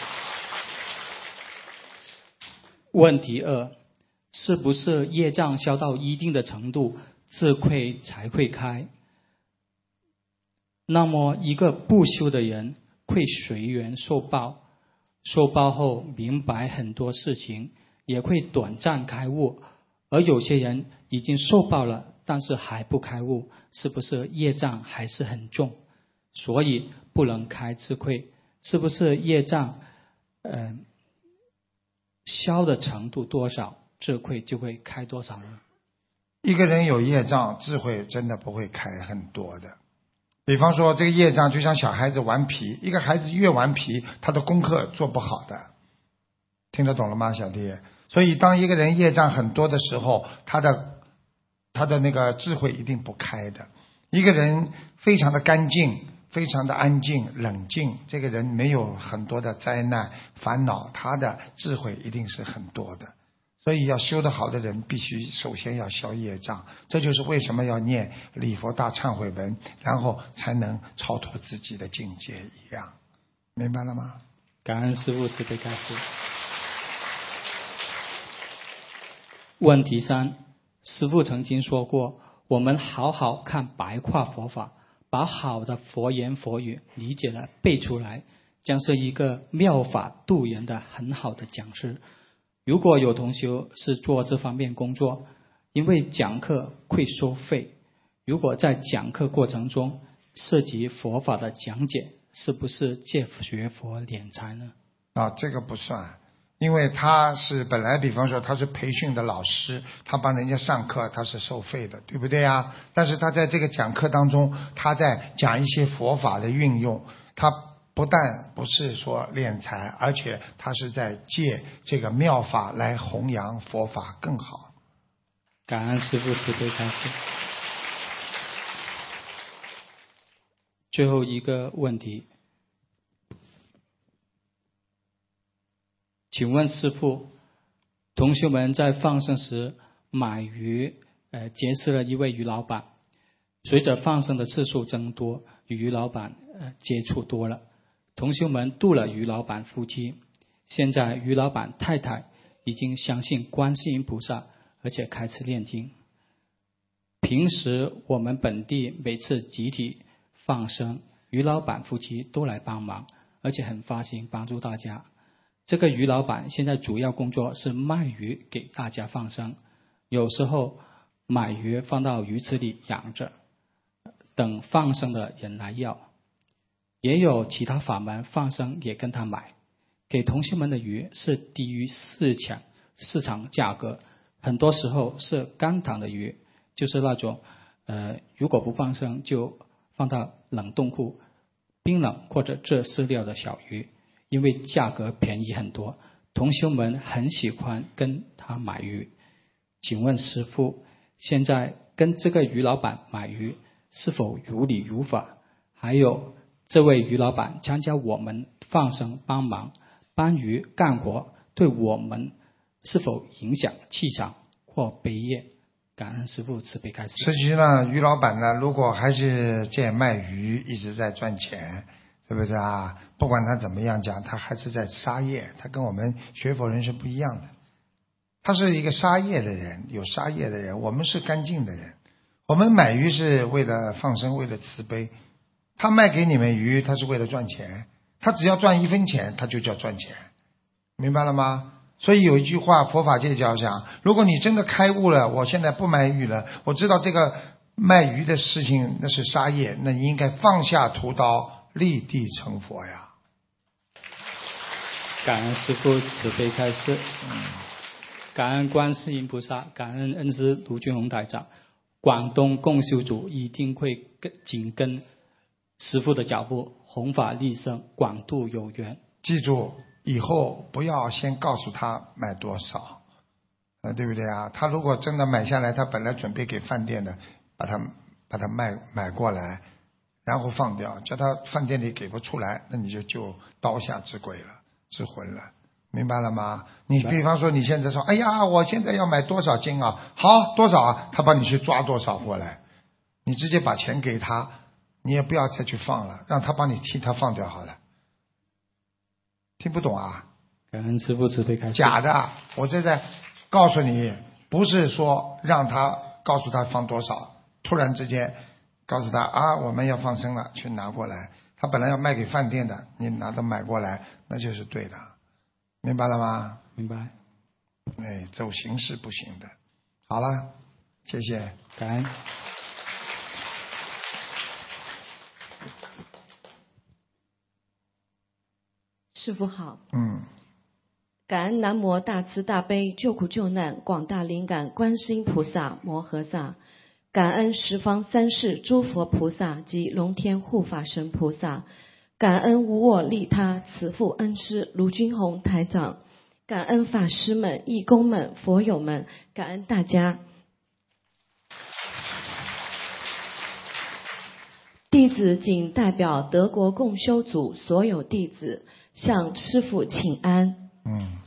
问题二，是不是业障消到一定的程度，智慧才会开？那么一个不修的人会随缘受报，受报后明白很多事情，也会短暂开悟。而有些人已经受报了，但是还不开悟，是不是业障还是很重，所以不能开智慧？是不是业障呃消的程度多少，智慧就会开多少呢？ 一个人有业障，智慧真的不会开很多的。比方说这个业障就像小孩子顽皮，一个孩子越顽皮，他的功课做不好的。听得懂了吗，小弟？所以当一个人业障很多的时候，他的他的那个智慧一定不开的。一个人非常的干净，非常的安静冷静，这个人没有很多的灾难烦恼，他的智慧一定是很多的。所以要修得好的人必须首先要消业障，这就是为什么要念礼佛大忏悔文，然后才能超脱自己的境界一样。明白了吗？ 感恩师父慈悲开示。问题三，师父曾经说过，我们好好看白话佛法，把好的佛言佛语理解了背出来，将是一个妙法度人的很好的讲师。如果有同学是做这方面工作，因为讲课会收费，如果在讲课过程中涉及佛法的讲解，是不是借学佛敛财呢？ 啊，这个不算，因为他是本来比方说他是培训的老师，他帮人家上课他是收费的，对不对啊？但是他在这个讲课当中，他在讲一些佛法的运用，他不但不是说敛财，而且他是在借这个妙法来弘扬佛法更好。 感恩师父慈悲开示。最后一个问题，请问师父，同学们在放生时买鱼，呃，结识了一位鱼老板，随着放生的次数增多，与鱼老板呃接触多了。同修们度了于老板夫妻，现在于老板太太已经相信观世音菩萨，而且开始念经。平时我们本地每次集体放生，于老板夫妻都来帮忙，而且很发心帮助大家。这个于老板现在主要工作是卖鱼给大家放生， 有时候买鱼放到鱼池里养着，等放生的人来要。也有其他法门放生也跟他买，给同学们的鱼是低于市场市场价格，很多时候是干塘的鱼，就是那种呃如果不放生就放到冷冻库冰冷或者这饲料的小鱼，因为价格便宜很多，同学们很喜欢跟他买鱼。请问师父，现在跟这个鱼老板买鱼是否如理如法？还有这位鱼老板参加我们放生帮忙帮鱼干活，对我们是否影响气场或悲业？感恩师父慈悲开示。 实际上鱼老板呢，如果还是借卖鱼一直在赚钱，对不对啊？不管他怎么样讲，他还是在杀业，他跟我们学佛人是不一样的。他是一个杀业的人，有杀业的人，我们是干净的人。我们买鱼是为了放生，为了慈悲。他卖给你们鱼，他是为了赚钱，他只要赚一分钱，他就叫赚钱，明白了吗？所以有一句话，佛法界叫讲，如果你真的开悟了，我现在不买鱼了，我知道这个卖鱼的事情那是杀业，那你应该放下屠刀，立地成佛呀。 感恩师父慈悲开示。嗯感恩观世音菩萨，感恩恩师卢俊宏台长。广东共修组一定会跟紧跟师父的脚步，弘法利生，广度有缘。 记住，以后不要先告诉他买多少，呃，对不对啊？他如果真的买下来，他本来准备给饭店的，把它把它卖买过来，然后放掉，叫他饭店里给不出来，那你就就刀下之鬼了，之魂了。明白了吗？你比方说你现在说，哎呀，我现在要买多少斤啊？好，多少啊？他帮你去抓多少过来，你直接把钱给他，你也不要再去放了，让他帮你替他放掉好了。听不懂啊？ 感恩师父慈悲开示。 假的，我现在告诉你，不是说让他告诉他放多少，突然之间告诉他啊，我们要放生了，去拿过来。他本来要卖给饭店的，你拿着买过来，那就是对的。明白了吗？ 明白。 哎，走形式不行的。好了，谢谢。 感恩。 师父好。 嗯。 感恩南无大慈大悲救苦救难广大灵感观世音菩萨摩诃萨，感恩十方三世诸佛菩萨及龙天护法神菩萨。感恩无我利他慈父恩师卢军宏台长，感恩法师们、义工们、佛友们，感恩大家。弟子仅代表德国共修组所有弟子向师父请安。 嗯。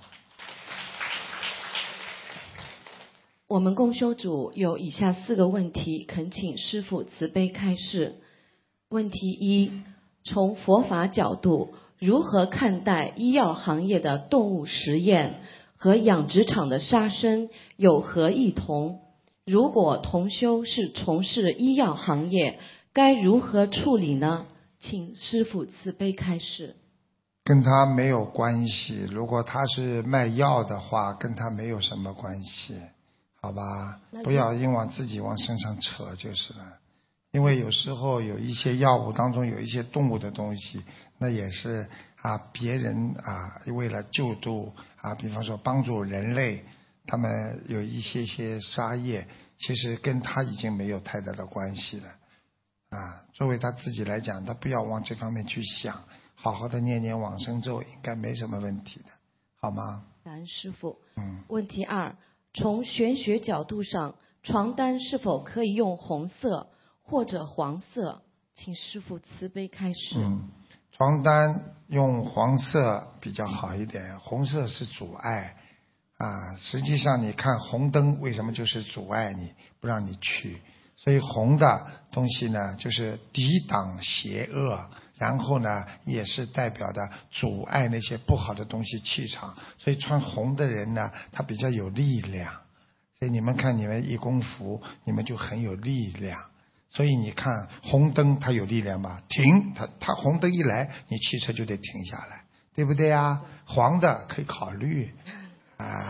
我们共修组有以下四个问题，恳请师父慈悲开示。问题一，从佛法角度，如何看待医药行业的动物实验和养殖场的杀生有何异同？如果同修是从事医药行业，该如何处理呢？请师父慈悲开示。 跟他没有关系，如果他是卖药的话，跟他没有什么关系，好吧？不要硬往自己往身上扯就是了。因为有时候有一些药物当中有一些动物的东西，那也是啊别人啊为了救度啊，比方说帮助人类，他们有一些些杀业，其实跟他已经没有太大的关系了啊。作为他自己来讲，他不要往这方面去想，好好的念念往生咒，应该没什么问题的，好吗？ 感恩师父。 嗯。 问题二，从玄学角度上，床单是否可以用红色或者黄色？请师父慈悲开示。 嗯，床单用黄色比较好一点，红色是阻碍啊。实际上你看红灯为什么就是阻碍你，不让你去，所以红的东西呢就是抵挡邪恶，然后呢也是代表的阻碍那些不好的东西气场，所以穿红的人呢他比较有力量，所以你们看你们义工服你们就很有力量。所以你看红灯它有力量吧，停，它它红灯一来你汽车就得停下来，对不对啊？黄的可以考虑啊，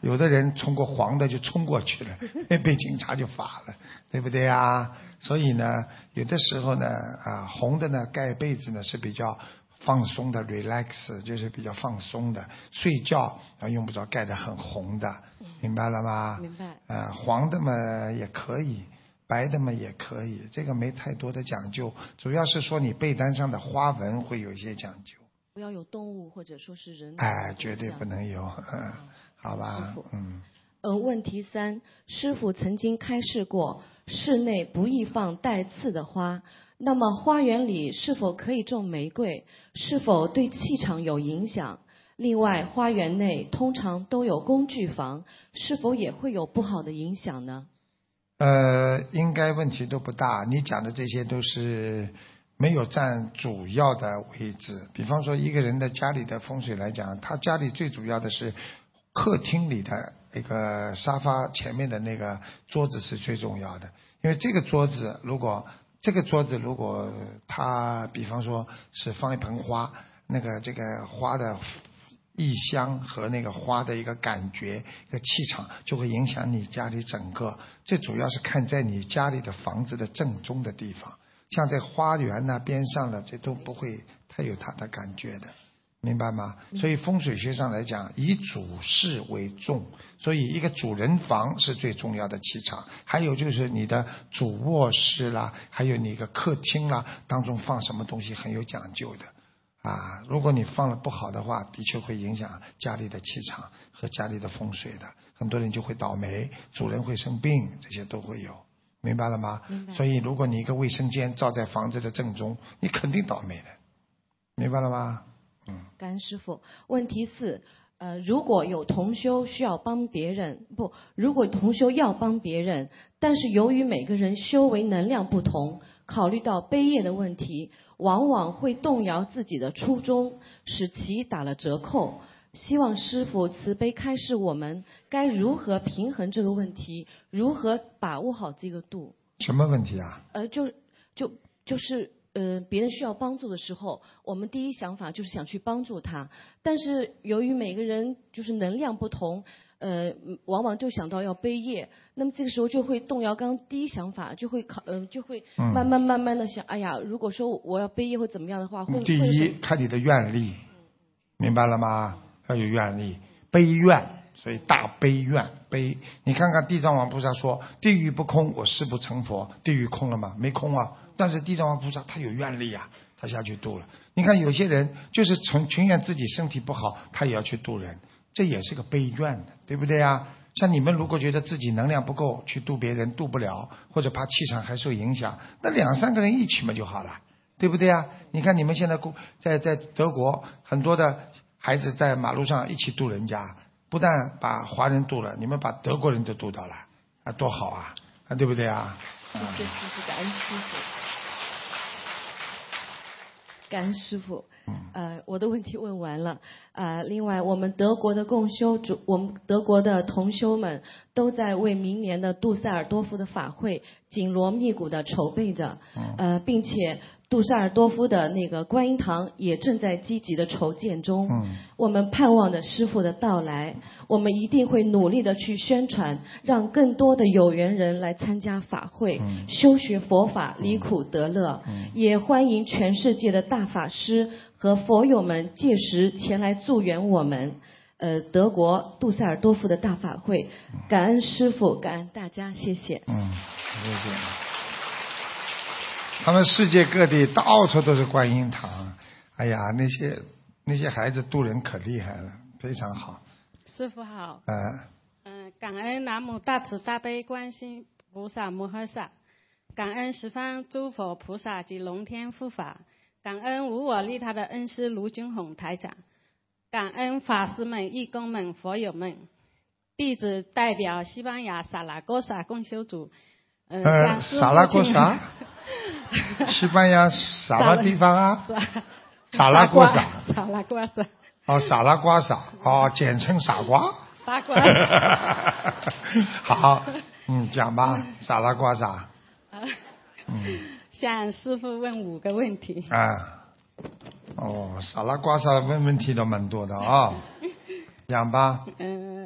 有的人冲过黄的就冲过去了，被警察就罚了，对不对啊？所以呢，有的时候呢，啊，红的呢盖被子呢是比较放松的 ，relax 就是比较放松的，睡觉啊用不着盖得很红的，明白了吗？ 明白。 呃，黄的嘛也可以，白的嘛也可以，这个没太多的讲究，主要是说你被单上的花纹会有一些讲究。 不要有动物或者说是人。 哎，绝对不能有，嗯，好吧，嗯。 呃，问题三，师父曾经开示过，室内不宜放带刺的花。那么花园里是否可以种玫瑰？是否对气场有影响？另外，花园内通常都有工具房，是否也会有不好的影响呢？ 呃，应该问题都不大。你讲的这些都是没有占主要的位置。比方说，一个人的家里的风水来讲，他家里最主要的是客厅里的一个沙发前面的那个桌子是最重要的，因为这个桌子如果这个桌子如果它比方说是放一盆花，那个这个花的意香和那个花的一个感觉一个气场就会影响你家里整个，这主要是看在你家里的房子的正中的地方，像在花园呐、边上的这都不会太有它的感觉的，明白吗？所以风水学上来讲，以主事为重，所以一个主人房是最重要的气场，还有就是你的主卧室啦，还有你一个客厅啦，当中放什么东西很有讲究的啊。如果你放了不好的话，的确会影响家里的气场和家里的风水的，很多人就会倒霉，主人会生病，这些都会有，明白了吗？所以如果你一个卫生间照在房子的正中，你肯定倒霉的，明白了吗？ 感恩师父。问题四，呃，如果有同修需要帮别人，不，如果同修要帮别人，但是由于每个人修为能量不同，考虑到悲业的问题，往往会动摇自己的初衷，使其打了折扣。希望师父慈悲开示我们该如何平衡这个问题，如何把握好这个度。 什么问题啊？ 呃，就就就是呃，别人需要帮助的时候，我们第一想法就是想去帮助他，但是由于每个人就是能量不同，呃，往往就想到要背业，那么这个时候就会动摇刚刚第一想法，就会考，嗯、呃，就会慢慢慢慢的想，哎呀，如果说我要背业或怎么样的话，会第一看你的愿力，明白了吗？要有愿力，悲愿，所以大悲愿悲。你看看地藏王菩萨说，地狱不空，我誓不成佛。地狱空了吗？没空啊。但是地藏王菩萨他有愿力啊，他下去度了。你看有些人就是纯情愿自己身体不好，他也要去度人，这也是个悲愿的，对不对啊？像你们如果觉得自己能量不够去度别人，度不了，或者怕气场还受影响，那两三个人一起嘛就好了，对不对啊？你看你们现在在在德国很多的孩子在马路上一起度人家，不但把华人度了，你们把德国人都度到了啊，多好啊，啊对不对啊？ 谢谢师父，感恩师父。感恩师父，呃，我的问题问完了。呃，另外，我们德国的共修主，我们德国的同修们都在为明年的杜塞尔多夫的法会紧锣密鼓的筹备着，呃，并且杜塞尔多夫的那个观音堂也正在积极的筹建中。嗯，我们盼望着师父的到来，我们一定会努力的去宣传，让更多的有缘人来参加法会，嗯、修学佛法，离苦得乐。嗯，也欢迎全世界的大法师和佛友们届时前来助缘我们。呃，德国杜塞尔多夫的大法会，感恩师父，感恩大家，谢谢。 嗯，谢谢。他们世界各地到处都是观音堂，哎呀，那些那些孩子渡人可厉害了，非常好。 师父好。 嗯、 呃。嗯、呃，感恩南无大慈大悲观世音菩萨摩诃萨，感恩十方诸佛菩萨及龙天护法，感恩无我利他的恩师卢军宏台长，感恩法师们、义工们、佛友们。弟子代表西班牙萨拉戈萨共修组，呃， 呃萨拉戈萨。西班牙啥个地方啊？萨拉戈萨。 萨拉戈萨。 哦，萨拉戈萨，哦，简称傻瓜。 傻瓜。 好，嗯，讲吧，萨拉戈萨。 嗯。向师父问五个问题。 啊。哦，萨拉戈萨问问题都蛮多的啊、哦，讲吧。 嗯、呃，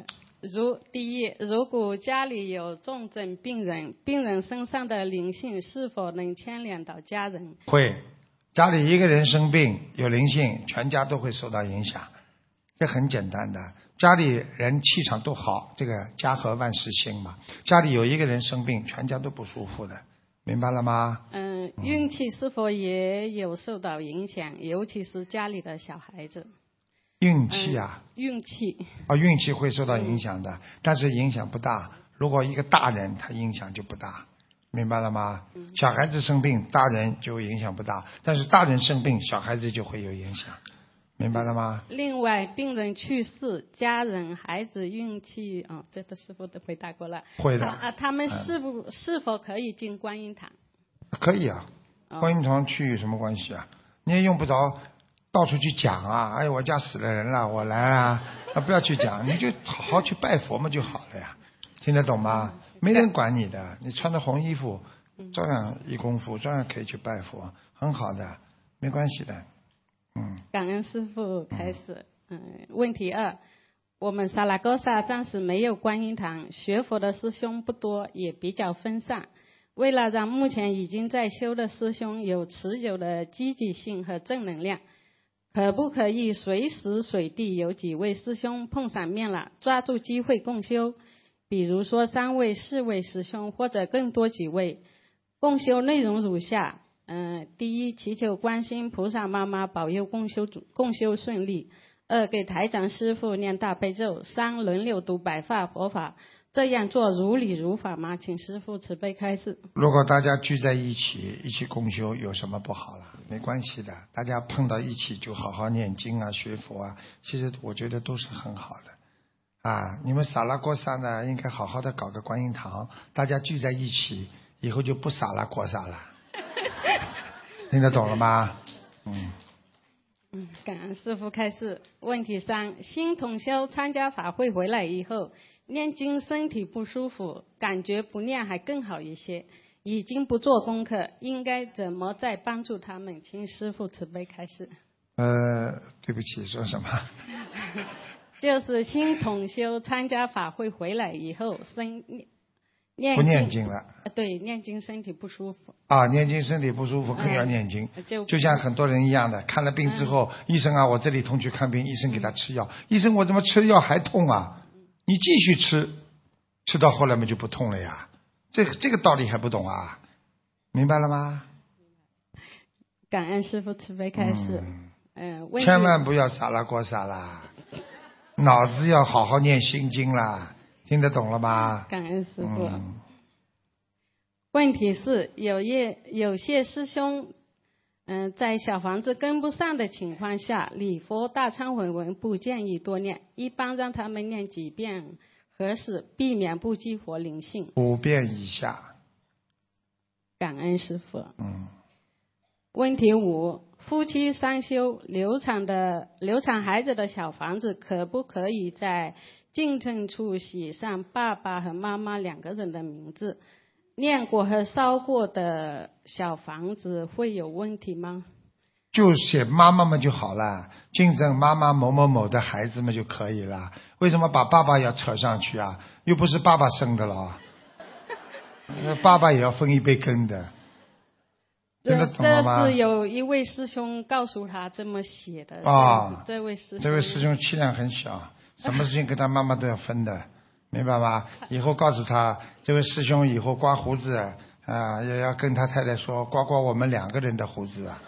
如第一，如果家里有重症病人，病人身上的灵性是否能牵连到家人？ 会，家里一个人生病有灵性，全家都会受到影响。这很简单的，家里人气场都好，这个家和万事兴嘛。家里有一个人生病，全家都不舒服的，明白了吗？ 嗯，运气是否也有受到影响？尤其是家里的小孩子。 运气啊， 嗯、运气啊，运气会受到影响的，嗯、但是影响不大。如果一个大人，他影响就不大，明白了吗？嗯、小孩子生病，大人就影响不大，但是大人生病，小孩子就会有影响，明白了吗？ 另外，病人去世，家人、孩子运气，哦，这个师傅都回答过了。 会的。 啊，他们是不、嗯、是否可以进观音堂？ 可以啊，观音堂去有什么关系啊？你也用不着。到处去讲啊！哎，我家死了人了，我来啊！啊，不要去讲，你就好好去拜佛嘛就好了呀。听得懂吗？没人管你的，你穿着红衣服，照样一功夫，照样可以去拜佛，很好的，没关系的。嗯。 感恩师父开始。嗯。问题二，我们萨拉戈萨暂时没有观音堂，学佛的师兄不多，也比较分散。为了让目前已经在修的师兄有持久的积极性和正能量，可不可以随时随地有几位师兄碰上面了，抓住机会共修？比如说三位、四位师兄，或者更多几位。共修内容如下：嗯、呃，第一，祈求观世音菩萨妈妈保佑共修共修顺利；二，给台长师父念大悲咒；三，轮流读白话佛法。这样做如理如法吗？请师父慈悲开示。 如果大家聚在一起，一起共修，有什么不好了？没关系的，大家碰到一起就好好念经啊，学佛啊，其实我觉得都是很好的。啊，你们萨拉锅萨呢，应该好好的搞个观音堂，大家聚在一起，以后就不萨拉锅萨了。听得懂了吗？嗯。 嗯，感恩师父开示。问题三：新同修参加法会回来以后，念经身体不舒服，感觉不念还更好一些，已经不做功课，应该怎么再帮助他们？请师父慈悲开示。 呃，对不起，说什么？ 就是新同修参加法会回来以后，身念不念经了。 对，念经身体不舒服。 啊，念经身体不舒服更要念经， 嗯、就就像很多人一样的，看了病之后，嗯、医生啊，我这里痛去看病，医生给他吃药，医生我怎么吃药还痛啊？你继续吃，吃到后来嘛就不痛了呀。这这个道理还不懂啊？明白了吗？ 感恩师父慈悲开示。嗯，呃、 千万不要撒拉过撒啦，脑子要好好念心经啦，听得懂了吗？ 感恩师父。 嗯、 问题是有些有些师兄，嗯、呃，在小房子跟不上的情况下，礼佛大忏悔文不建议多念，一般让他们念几遍合适，避免不激活灵性。 五遍以下。 感恩师父。 嗯。 问题五：夫妻三修流产的流产孩子的小房子，可不可以在进证处写上爸爸和妈妈两个人的名字？念过和烧过的小房子会有问题吗？ 就写妈妈们就好了，进证妈妈某某某的孩子们就可以了。为什么把爸爸要扯上去啊？又不是爸爸生的了，爸爸也要分一杯羹的。听得懂了吗？ 这是有一位师兄告诉他这么写的。 啊， 这位师兄， 这位师兄气量很小，什么事情跟他妈妈都要分的。明白吗？以后告诉他，这位师兄以后刮胡子啊，也要跟他太太说，刮刮我们两个人的胡子啊，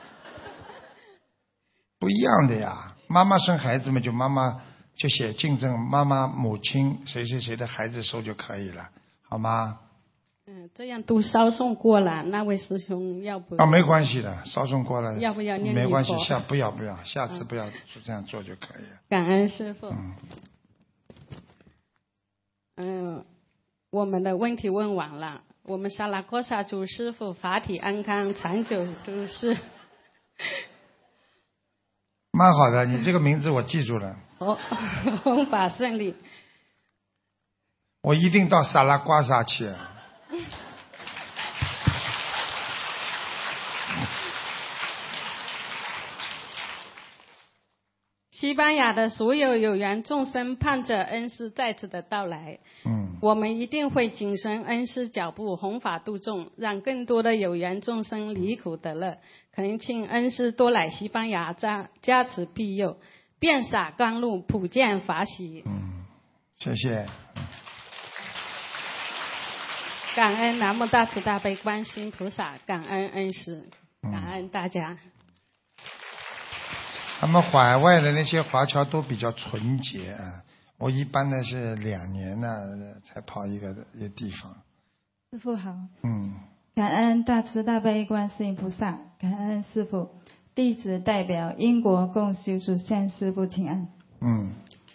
不一样的呀。妈妈生孩子嘛，就妈妈就写进证妈妈母亲谁谁谁的孩子收就可以了，好吗？ 嗯，这样都烧送过了，那位师兄要不？ 啊，没关系的，烧送过了。 要不要念？ 没关系，下不要不要，下次不要这样做就可以了。 感恩师父。 嗯。 嗯，我们的问题问完了。我们萨拉戈萨祝师父法体安康，长久住世。 蛮好的，你这个名字我记住了。 哦，弘法顺利。 我一定到萨拉瓜萨去。 西班牙的所有有缘众生盼着恩师再次的到来， 嗯， 我们一定会紧随恩师脚步，弘法度众，让更多的有缘众生离苦得乐。恳请恩师多来西班牙加加持庇佑，遍洒甘露，普见法喜。 嗯，谢谢。 感恩南无大慈大悲观世音菩萨，感恩恩师，感恩大家。 他们海外的那些华侨都比较纯洁啊，我一般呢是两年呢才跑一个一个地方。 师父好。 嗯。 感恩大慈大悲观世音菩萨，感恩师父。弟子代表英国共修组向师父请安。 嗯。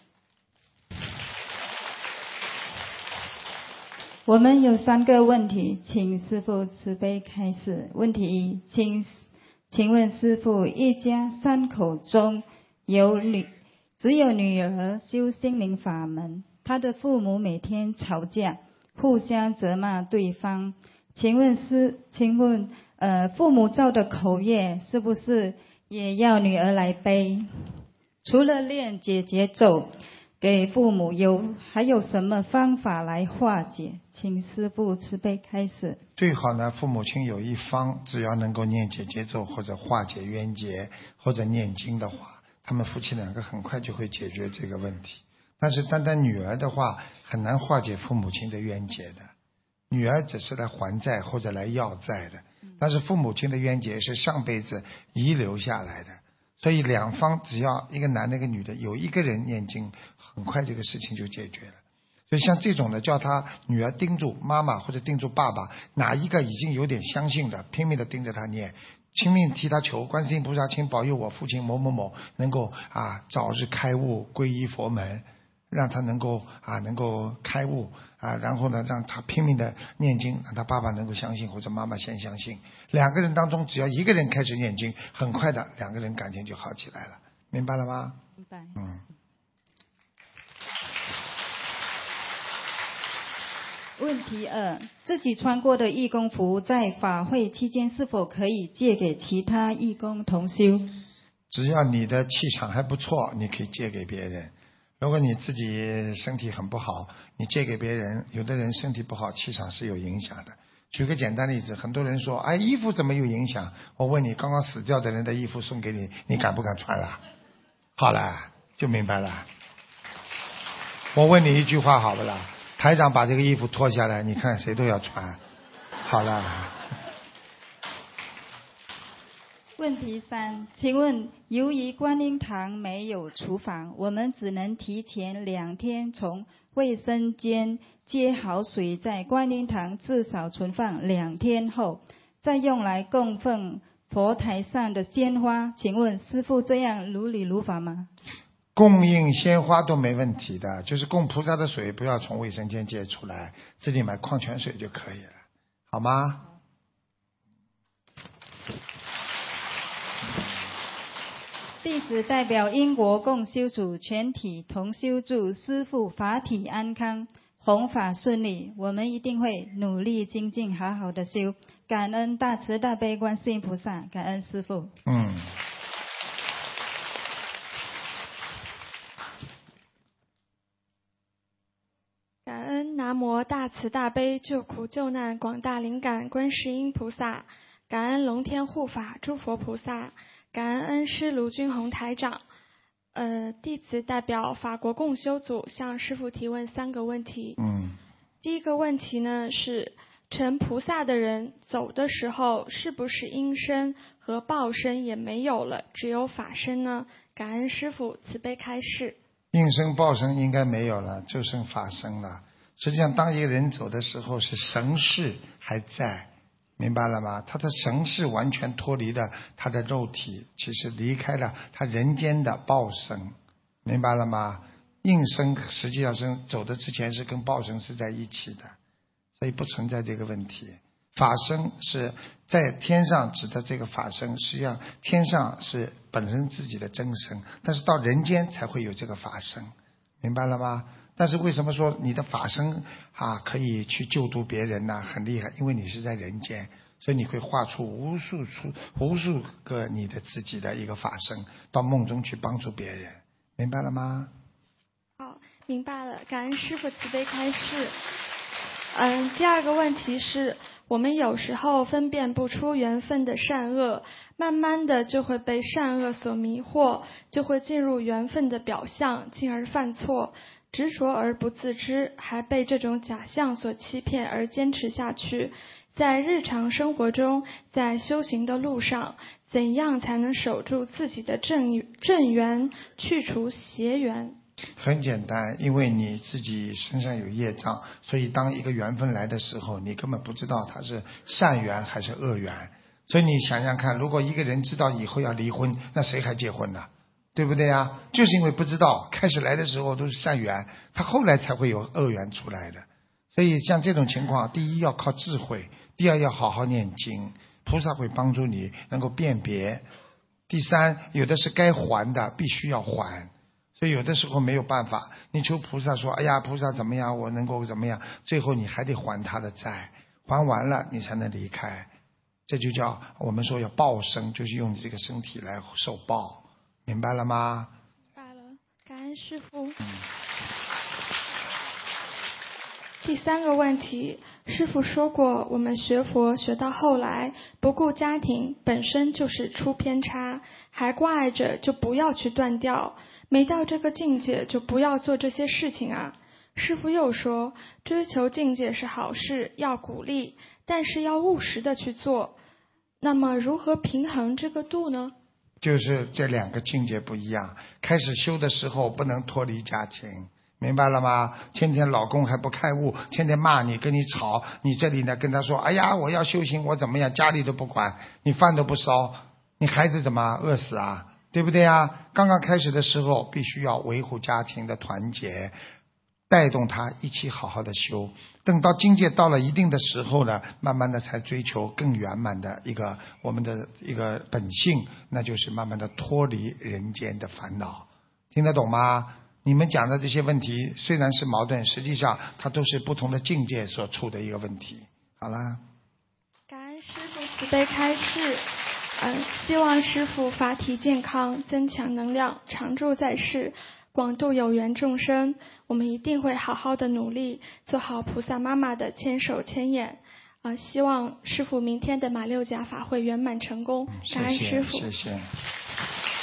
我们有三个问题，请师父慈悲开示。问题一，请请问师父，一家三口中有女只有女儿修心灵法门，她的父母每天吵架，互相责骂对方。请问师，请问呃，父母造的口业是不是也要女儿来背？除了练解结咒给父母，有还有什么方法来化解？请师父慈悲开示。 最好呢，父母亲有一方，只要能够念解结咒或者化解冤结或者念经的话，他们夫妻两个很快就会解决这个问题。但是单单女儿的话，很难化解父母亲的冤结的。女儿只是来还债或者来要债的，但是父母亲的冤结是上辈子遗留下来的。所以两方只要一个男的一个女的，有一个人念经，很快这个事情就解决了。所以像这种的，叫他女儿盯住妈妈或者盯住爸爸，哪一个已经有点相信的，拼命的盯着他念，拼命替他求观世音菩萨，请保佑我父亲某某某能够啊早日开悟皈依佛门，让他能够啊能够开悟啊，然后呢让他拼命的念经，让他爸爸能够相信或者妈妈先相信。两个人当中只要一个人开始念经，很快的两个人感情就好起来了，明白了吗？ 明白。 嗯。 问题二，自己穿过的义工服在法会期间是否可以借给其他义工同修？ 只要你的气场还不错，你可以借给别人。如果你自己身体很不好，你借给别人，有的人身体不好，气场是有影响的。举个简单例子，很多人说，哎，衣服怎么有影响？我问你，刚刚死掉的人的衣服送给你，你敢不敢穿了？好了，就明白了。我问你一句话好不啦？台长把这个衣服脱下来，你看谁都要穿。好了。 问题三，请问由于观音堂没有厨房，我们只能提前两天从卫生间接好水，在观音堂至少存放两天后，再用来供奉佛台上的鲜花。请问师父这样如理如法吗？ 供应鲜花都没问题的，就是供菩萨的水不要从卫生间接出来，自己买矿泉水就可以了，好吗？ 弟子代表英国共修组全体同修祝师父法体安康，弘法顺利。我们一定会努力精进，好好的修。感恩大慈大悲观世音菩萨，感恩师父。 嗯。 感恩南无大慈大悲救苦救难广大灵感观世音菩萨，感恩龙天护法诸佛菩萨，感恩恩师卢军宏台长。呃，弟子代表法国共修组向师父提问三个问题。 嗯。 第一个问题呢是，成菩萨的人走的时候，是不是阴身和报身也没有了，只有法身呢？感恩师父慈悲开示。 应身报身应该没有了，就剩法身了。实际上当一个人走的时候，是神识还在，明白了吗？他的神识完全脱离了他的肉体，其实离开了他人间的报身，明白了吗？应身实际上是走的之前是跟报身是在一起的，所以不存在这个问题。法身是在天上指的这个法身，实际上天上是本身自己的真身，但是到人间才会有这个法身，明白了吗？但是为什么说你的法身啊可以去救度别人呢？很厉害，因为你是在人间，所以你会画出无数出无数个你的自己的一个法身到梦中去帮助别人， 明白了吗？ 好，明白了，感恩师父慈悲开示。嗯，第二个问题是我们有时候分辨不出缘分的善恶，慢慢的就会被善恶所迷惑，就会进入缘分的表象，进而犯错，执着而不自知，还被这种假象所欺骗而坚持下去。在日常生活中，在修行的路上，怎样才能守住自己的正正缘，去除邪缘？ 很简单，因为你自己身上有业障，所以当一个缘分来的时候，你根本不知道它是善缘还是恶缘。所以你想想看，如果一个人知道以后要离婚，那谁还结婚呢？对不对啊？就是因为不知道，开始来的时候都是善缘，他后来才会有恶缘出来的。所以像这种情况，第一要靠智慧，第二要好好念经，菩萨会帮助你能够辨别。第三，有的是该还的必须要还，所以有的时候没有办法，你求菩萨说，哎呀菩萨怎么样，我能够怎么样，最后你还得还他的债，还完了你才能离开。这就叫我们说要报生，就是用你这个身体来受报，明白了吗？ 明白了，感恩师父。 嗯。 第三个问题，师父说过，我们学佛学到后来，不顾家庭本身就是出偏差，还挂碍着就不要去断掉，没到这个境界就不要做这些事情啊。师父又说，追求境界是好事，要鼓励，但是要务实的去做。那么如何平衡这个度呢？ 就是这两个境界不一样，开始修的时候不能脱离家庭，明白了吗？天天老公还不开悟，天天骂你，跟你吵，你这里呢跟他说，哎呀我要修行，我怎么样，家里都不管，你饭都不烧，你孩子怎么饿死啊？对不对啊？刚刚开始的时候必须要维护家庭的团结，带动他一起好好的修，等到境界到了一定的时候呢，慢慢的才追求更圆满的一个我们的一个本性，那就是慢慢的脱离人间的烦恼。听得懂吗？你们讲的这些问题虽然是矛盾，实际上它都是不同的境界所处的一个问题。好啦， 感恩师父慈悲开示，嗯，希望师父法体健康，增强能量，常驻在世，广度有缘众生。我们一定会好好的努力，做好菩萨妈妈的千手千眼。啊、呃，希望师父明天的马六甲法会圆满成功。感恩师父。 谢谢。谢谢。